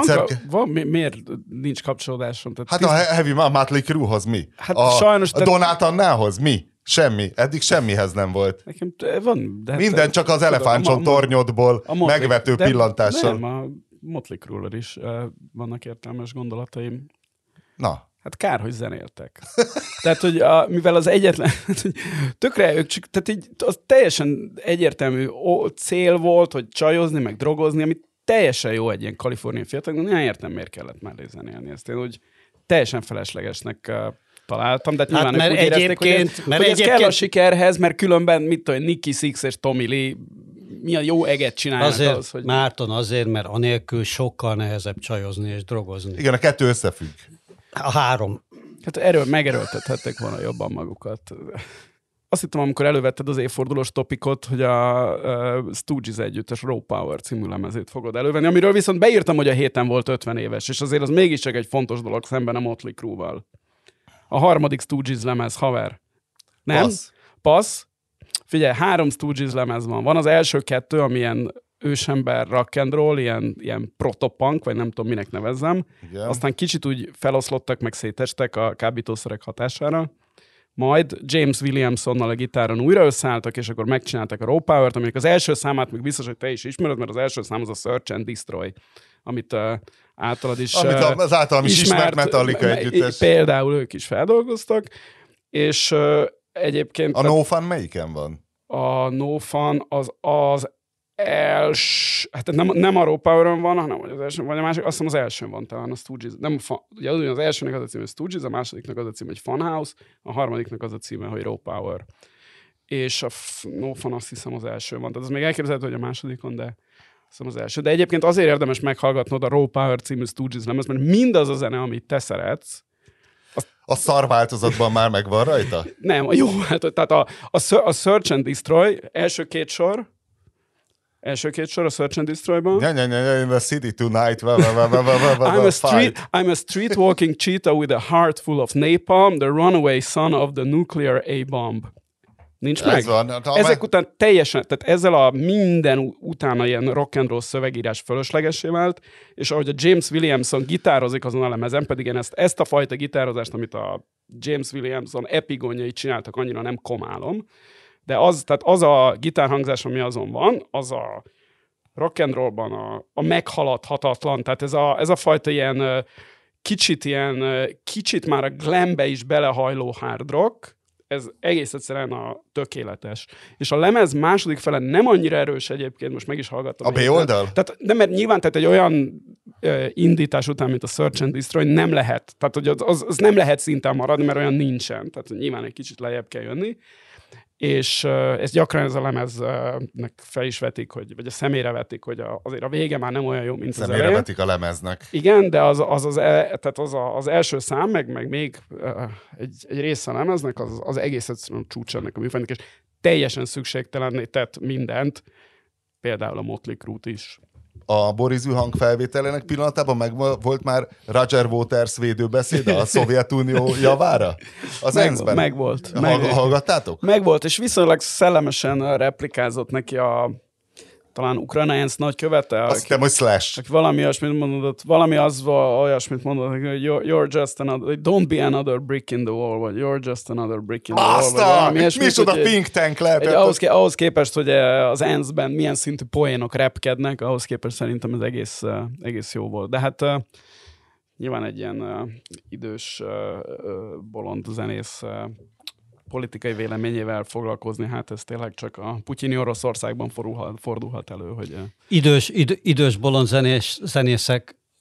444 miért nincs kapcsolódásom? Tehát hát a Heavy Motley Cruehoz mi? Hát a sajnos... Donát Annához mi? Semmi. Eddig semmihez nem volt. Nekem van, de minden csak az elefántcsont tornyodból megvető pillantással. Nem, a Motley Crue-ről is vannak értelmes gondolataim. Na. Hát kár, hogy zenéltek. Tehát, hogy mivel az egyetlen, tökre ők csak, tehát így az teljesen egyértelmű cél volt, hogy csajozni, meg drogozni, ami teljesen jó egy ilyen kaliforniai fiatal, de nem értem, miért kellett már zenélni. Ezt én úgy teljesen feleslegesnek találtam, de nyilván hát, ők úgy érezték, hogy ez kell a sikerhez, mert különben, mit tudom, Nicky Six és Tommy Lee milyen jó eget csinálnak azért, az, hogy... Márton, azért, mert anélkül sokkal nehezebb csajozni és drogozni. Igen, a 2 összefügg. A 3. Hát megerőltethették volna jobban magukat. Azt hittem, amikor elővetted az évfordulós topikot, hogy a Stooges együttes Raw Power című lemezét fogod elővenni, amiről viszont beírtam, hogy a héten volt 50 éves, és azért az mégiscsak egy fontos dolog szemben a Motley Crue-val. A 3. Stooges lemez, haver. Nem? Passz. Figyelj, 3 Stooges lemez van. Van az első 2, ami ilyen ősember rock and roll, ilyen protopunk, vagy nem tudom, minek nevezzem. Igen. Aztán kicsit úgy feloszlottak, meg szétestek a kábítószerek hatására. Majd James Williamsonnal a gitáron újra összeálltak, és akkor megcsinálták a Raw Power-t, aminek az első számát még biztos, hogy te is ismered, mert az első szám az a Search and Destroy, amit általad is amit az általam is ismert Metallica együttes. Például ők is feldolgoztak, és egyébként... A No Fun melyiken van? A No Fun az hát nem a Raw Power-on van, hanem az első, vagy a másik, azt hiszem az elsőn van talán a Stooges. Ugye az elsőnek az a címe, hogy Stooges, a másodiknak az a címe, hogy Funhouse, a harmadiknak az a címe, hogy Raw Power. És a No Fun azt hiszem az első van. Tehát az még elképzelhető, hogy a másodikon, de azt hiszem az első. De egyébként azért érdemes meghallgatnod a Raw Power című Stooges lemez, mert mindaz a zene, amit te szeretsz, a szar változatban már megvan rajta? Nem, a jó, tehát a Search and Destroy első 2 sor a Search and Destroy-ban. In the city tonight. I'm a street-walking cheetah with a heart full of napalm, the runaway son of the nuclear A-bomb. Nincs meg? Ezek után teljesen, tehát ezzel a minden utána ilyen rock and roll szövegírás fölöslegesé vált, és ahogy a James Williamson gitározik azon a lemezen, pedig én ezt a fajta gitározást, amit a James Williamson epigonjai csináltak, annyira nem komálom, de az a gitárhangzás, ami azon van, az a rock and rollban a meghaladhatatlan, tehát ez a fajta ilyen kicsit már a glambe is belehajló hard rock, ez egész egyszerűen a tökéletes. És a lemez második fele nem annyira erős egyébként, most meg is hallgattam. A B-oldal? Tehát, de mert nyilván tehát egy olyan indítás után, mint a Search and Destroy, nem lehet. Tehát hogy az nem lehet szinten maradni, mert olyan nincsen. Tehát nyilván egy kicsit lejjebb kell jönni. És ez gyakran ez a lemeznek fel is vetik, vagy a szemére vetik, hogy azért a vége már nem olyan jó, mint az elején. Szemére vetik a lemeznek. Igen, de az első szám, meg még egy része a lemeznek, az egész egyszerűen csúcs ennek a műfajnak, és teljesen szükségtelenné tett mindent, például a Motley Crue-t is. A Boris Vian felvételének pillanatában meg volt már Roger Waters védőbeszéde a Szovjetunió javára? Az ENSZ-ben? Megvolt. Hallgattátok? Megvolt, és viszonylag szellemesen replikázott neki talán Ukrajna ENSZ nagykövete. Azt hittem, hogy Slash. Aki valami olyasmit mondott, olyasmit mondott, hogy you're just another, don't be another brick in the wall, vagy you're just another brick in the wall. Aztán! Micsoda think tank lehetett? Ahhoz képest, hogy az ENSZ-ben milyen szintű poénok repkednek, ahhoz képest szerintem ez egész jó volt. De hát nyilván egy ilyen idős bolond zenész politikai véleményével foglalkozni, hát ez tényleg csak a putyini Oroszországban fordulhat elő, hogy... Idős bolond zenészek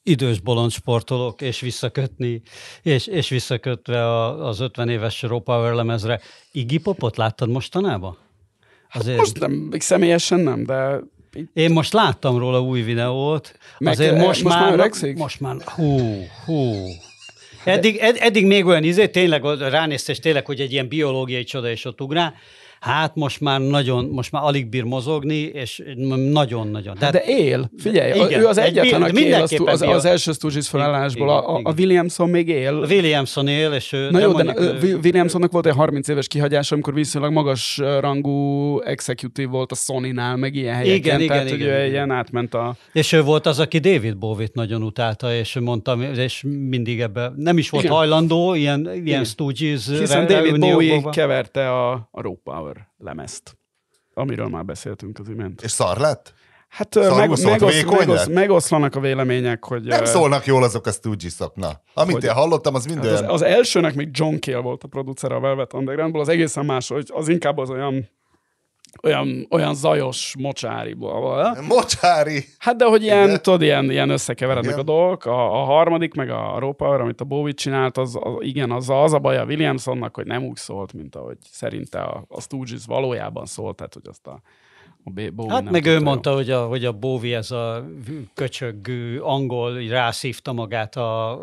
idős bolond sportolók, és visszakötni, és visszakötve az 50 éves Raw Power lemezre. Iggy Popot láttad mostanában? Azért... Most nem, még személyesen nem, de... Én most láttam róla új videót. Azért most már öregszik? Most már, hú. Eddig még olyan tényleg ránézte, és tényleg, hogy egy ilyen biológiai csoda, és ott ugrál. Hát most már alig bír mozogni, és nagyon-nagyon. De él, figyelj, igen, ő az egyetlen, aki él az első Stooges felállásból, a Williamson még él. Williamson él, és ő... Na jó, de Williamsonnak volt egy 30 éves kihagyása, amikor viszonylag magas rangú executive volt a Sony-nál, meg ilyen helyeken, tehát igen. Ilyen átment a... És ő volt az, aki David Bowie-t nagyon utálta, és mondtam, és mindig ebben nem is volt hajlandó, ilyen Stooges... Hiszen David Bowie keverte a Raw Power lemezt, amiről már beszéltünk az imént. És szar lett? Hát megoszlanak a vélemények, hogy... Nem szólnak jól azok a Stooges-ok, na. Amit én hallottam, az mind olyan... Az elsőnek még John Cale volt a producer a Velvet Undergroundból, az egészen más, hogy az inkább az olyan zajos mocsáriból. Mocsári? Hát de hogy ilyen összekeverednek a dolgok. A harmadik, meg a Raw Power, amit a Bowie csinált, az a baj a Williamsonnak, hogy nem úgy szólt, mint ahogy szerinte a Stooges valójában szólt, tehát hogy azt a Bowie hát meg ő mondta, hogy a Bowie ez a köcsögő angol rászívta magát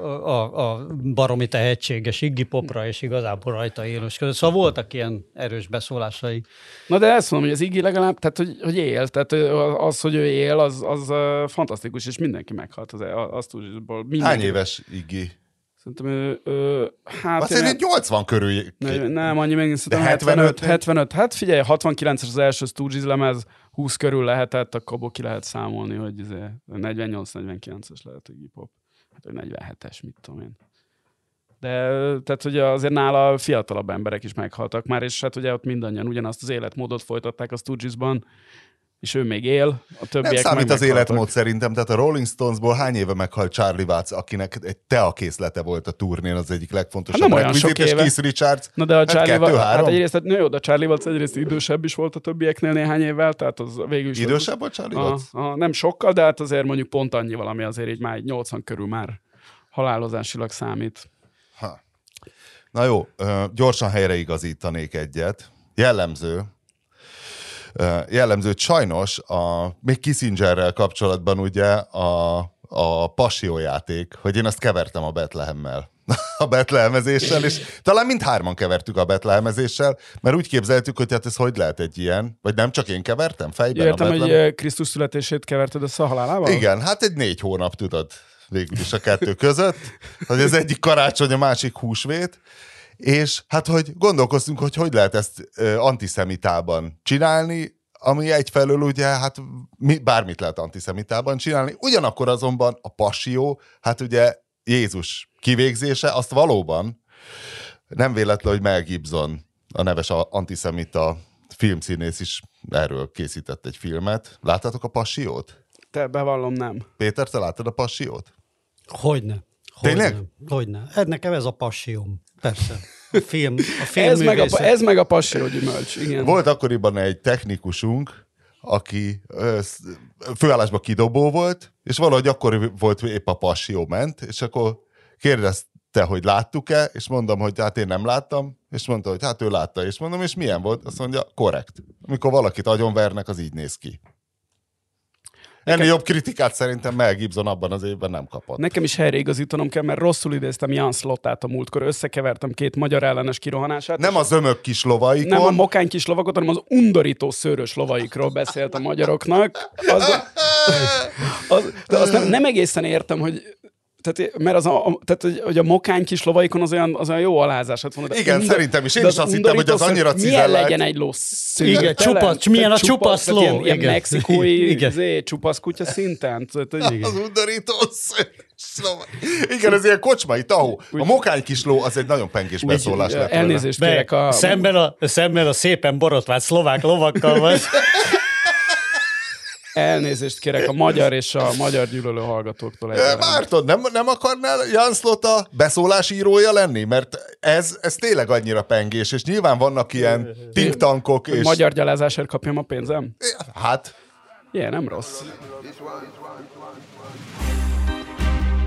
a baromi tehetséges Iggy Popra, és igazából rajta élősködött. Szóval voltak ilyen erős beszólásai. Na de ezt mondom, hogy az Iggy legalább, tehát hogy él, tehát az, hogy ő él, az fantasztikus, és mindenki meghalt az Stoogesból. Hány éves Iggy? Szerintem hát... Azt szerint 80 körül. Nem, annyi még szerintem 75. Hát figyelj, 69-es az első Stooges lemez, 20 körül lehetett, akkor ki lehet számolni, hogy 48-49-es lehet Iggy Pop. Hát, hogy 47-es, mit tudom én. De tehát ugye azért nála fiatalabb emberek is meghaltak már, és hát ugye ott mindannyian ugyanazt az életmódot folytatták a Stoogesban, és ő még él, a többiek nem számít az életmód szerintem, tehát a Rolling Stonesból hány éve meghalt Charlie Watts, akinek egy teakészlete volt a turnén, az egyik legfontosabb. Hát nem olyan sok éve. Keith Richards, na de a Charlie Watts, hát egyrészt, jó, de Charlie Watts egyrészt idősebb is volt a többieknél néhány évvel, tehát az végül is... Idősebb volt Charlie Watts? Nem sokkal, de hát azért mondjuk pont annyival, ami azért így már 80 körül már halálozásilag számít. Na jó, gyorsan helyreigazítanék egyet. Jellemző, sajnos még Kissingerrel kapcsolatban ugye a passiójáték, hogy én azt kevertem a Bethlehemmel, a betlehemezéssel, és talán mindhárman kevertük a betlehemezéssel, mert úgy képzeltük, hogy hát ez hogy lehet egy ilyen, vagy nem csak én kevertem fejben. Értem, hogy Krisztus születését keverted össze a halálával? Igen, hát egy 4 hónap, tudod, végül is a kettő között, hogy az egyik karácsony, a másik húsvét, és hát, hogy gondolkoztunk, hogy lehet ezt antiszemitában csinálni, ami egyfelől ugye, hát bármit lehet antiszemitában csinálni, ugyanakkor azonban a passió, hát ugye Jézus kivégzése, azt valóban nem véletlen, hogy Mel Gibson, a neves antiszemita filmszínész is erről készített egy filmet. Láttátok a Passiót? Te bevallom, nem. Péter, te láttad a Passiót? Hogyne. Tényleg? Hogyne. Nekem ez a passióm. Persze. A film ez meg a passió gyümölcs, igen. Volt akkoriban egy technikusunk, aki főállásban kidobó volt, és valahogy akkor volt épp a Passió ment, és akkor kérdezte, hogy láttuk-e, és mondom, hogy hát én nem láttam, és mondta, hogy hát ő látta, és mondom, és milyen volt? Azt mondja, korrekt. Amikor valakit agyonvernek, az így néz ki. Ennél jobb kritikát szerintem Mel Gibson abban az évben nem kapott. Nekem is helyreigazítanom kell, mert rosszul idéztem Jan Slottát a múltkor. Összekevertem 2 magyar ellenes kirohanását. Nem a zömök kis lovaikon. Nem a mokány kis lovakot, hanem az undorító szőrös lovaikról beszélt a magyaroknak. De azt nem egészen értem, hogy... mert hogy a mokány kis lovaikon az olyan jó alázás. Hát volna, igen, szerintem is. Én is azt hittem, hogy az annyira cizellált. Milyen legyen egy ló szőrtelen? Milyen a csupasz ló? Ilyen mexikói csupasz kutya szinten. Az undorító szőrös. Igen, ez ilyen kocsmai tahó. A mokány kis ló az egy nagyon pengés beszólás lett. Elnézést kérek a... Szemben a szépen borotvált szlovák lovakkal vagy. Elnézést kérek a magyar és a magyar gyűlölő hallgatóktól. Márton, nem akarnál Jan Slota beszólásírója lenni? Mert ez tényleg annyira pengés, és nyilván vannak ilyen think tankok. És... Magyar gyalázásért kapjam a pénzem? Hát... Ilyen, nem rossz.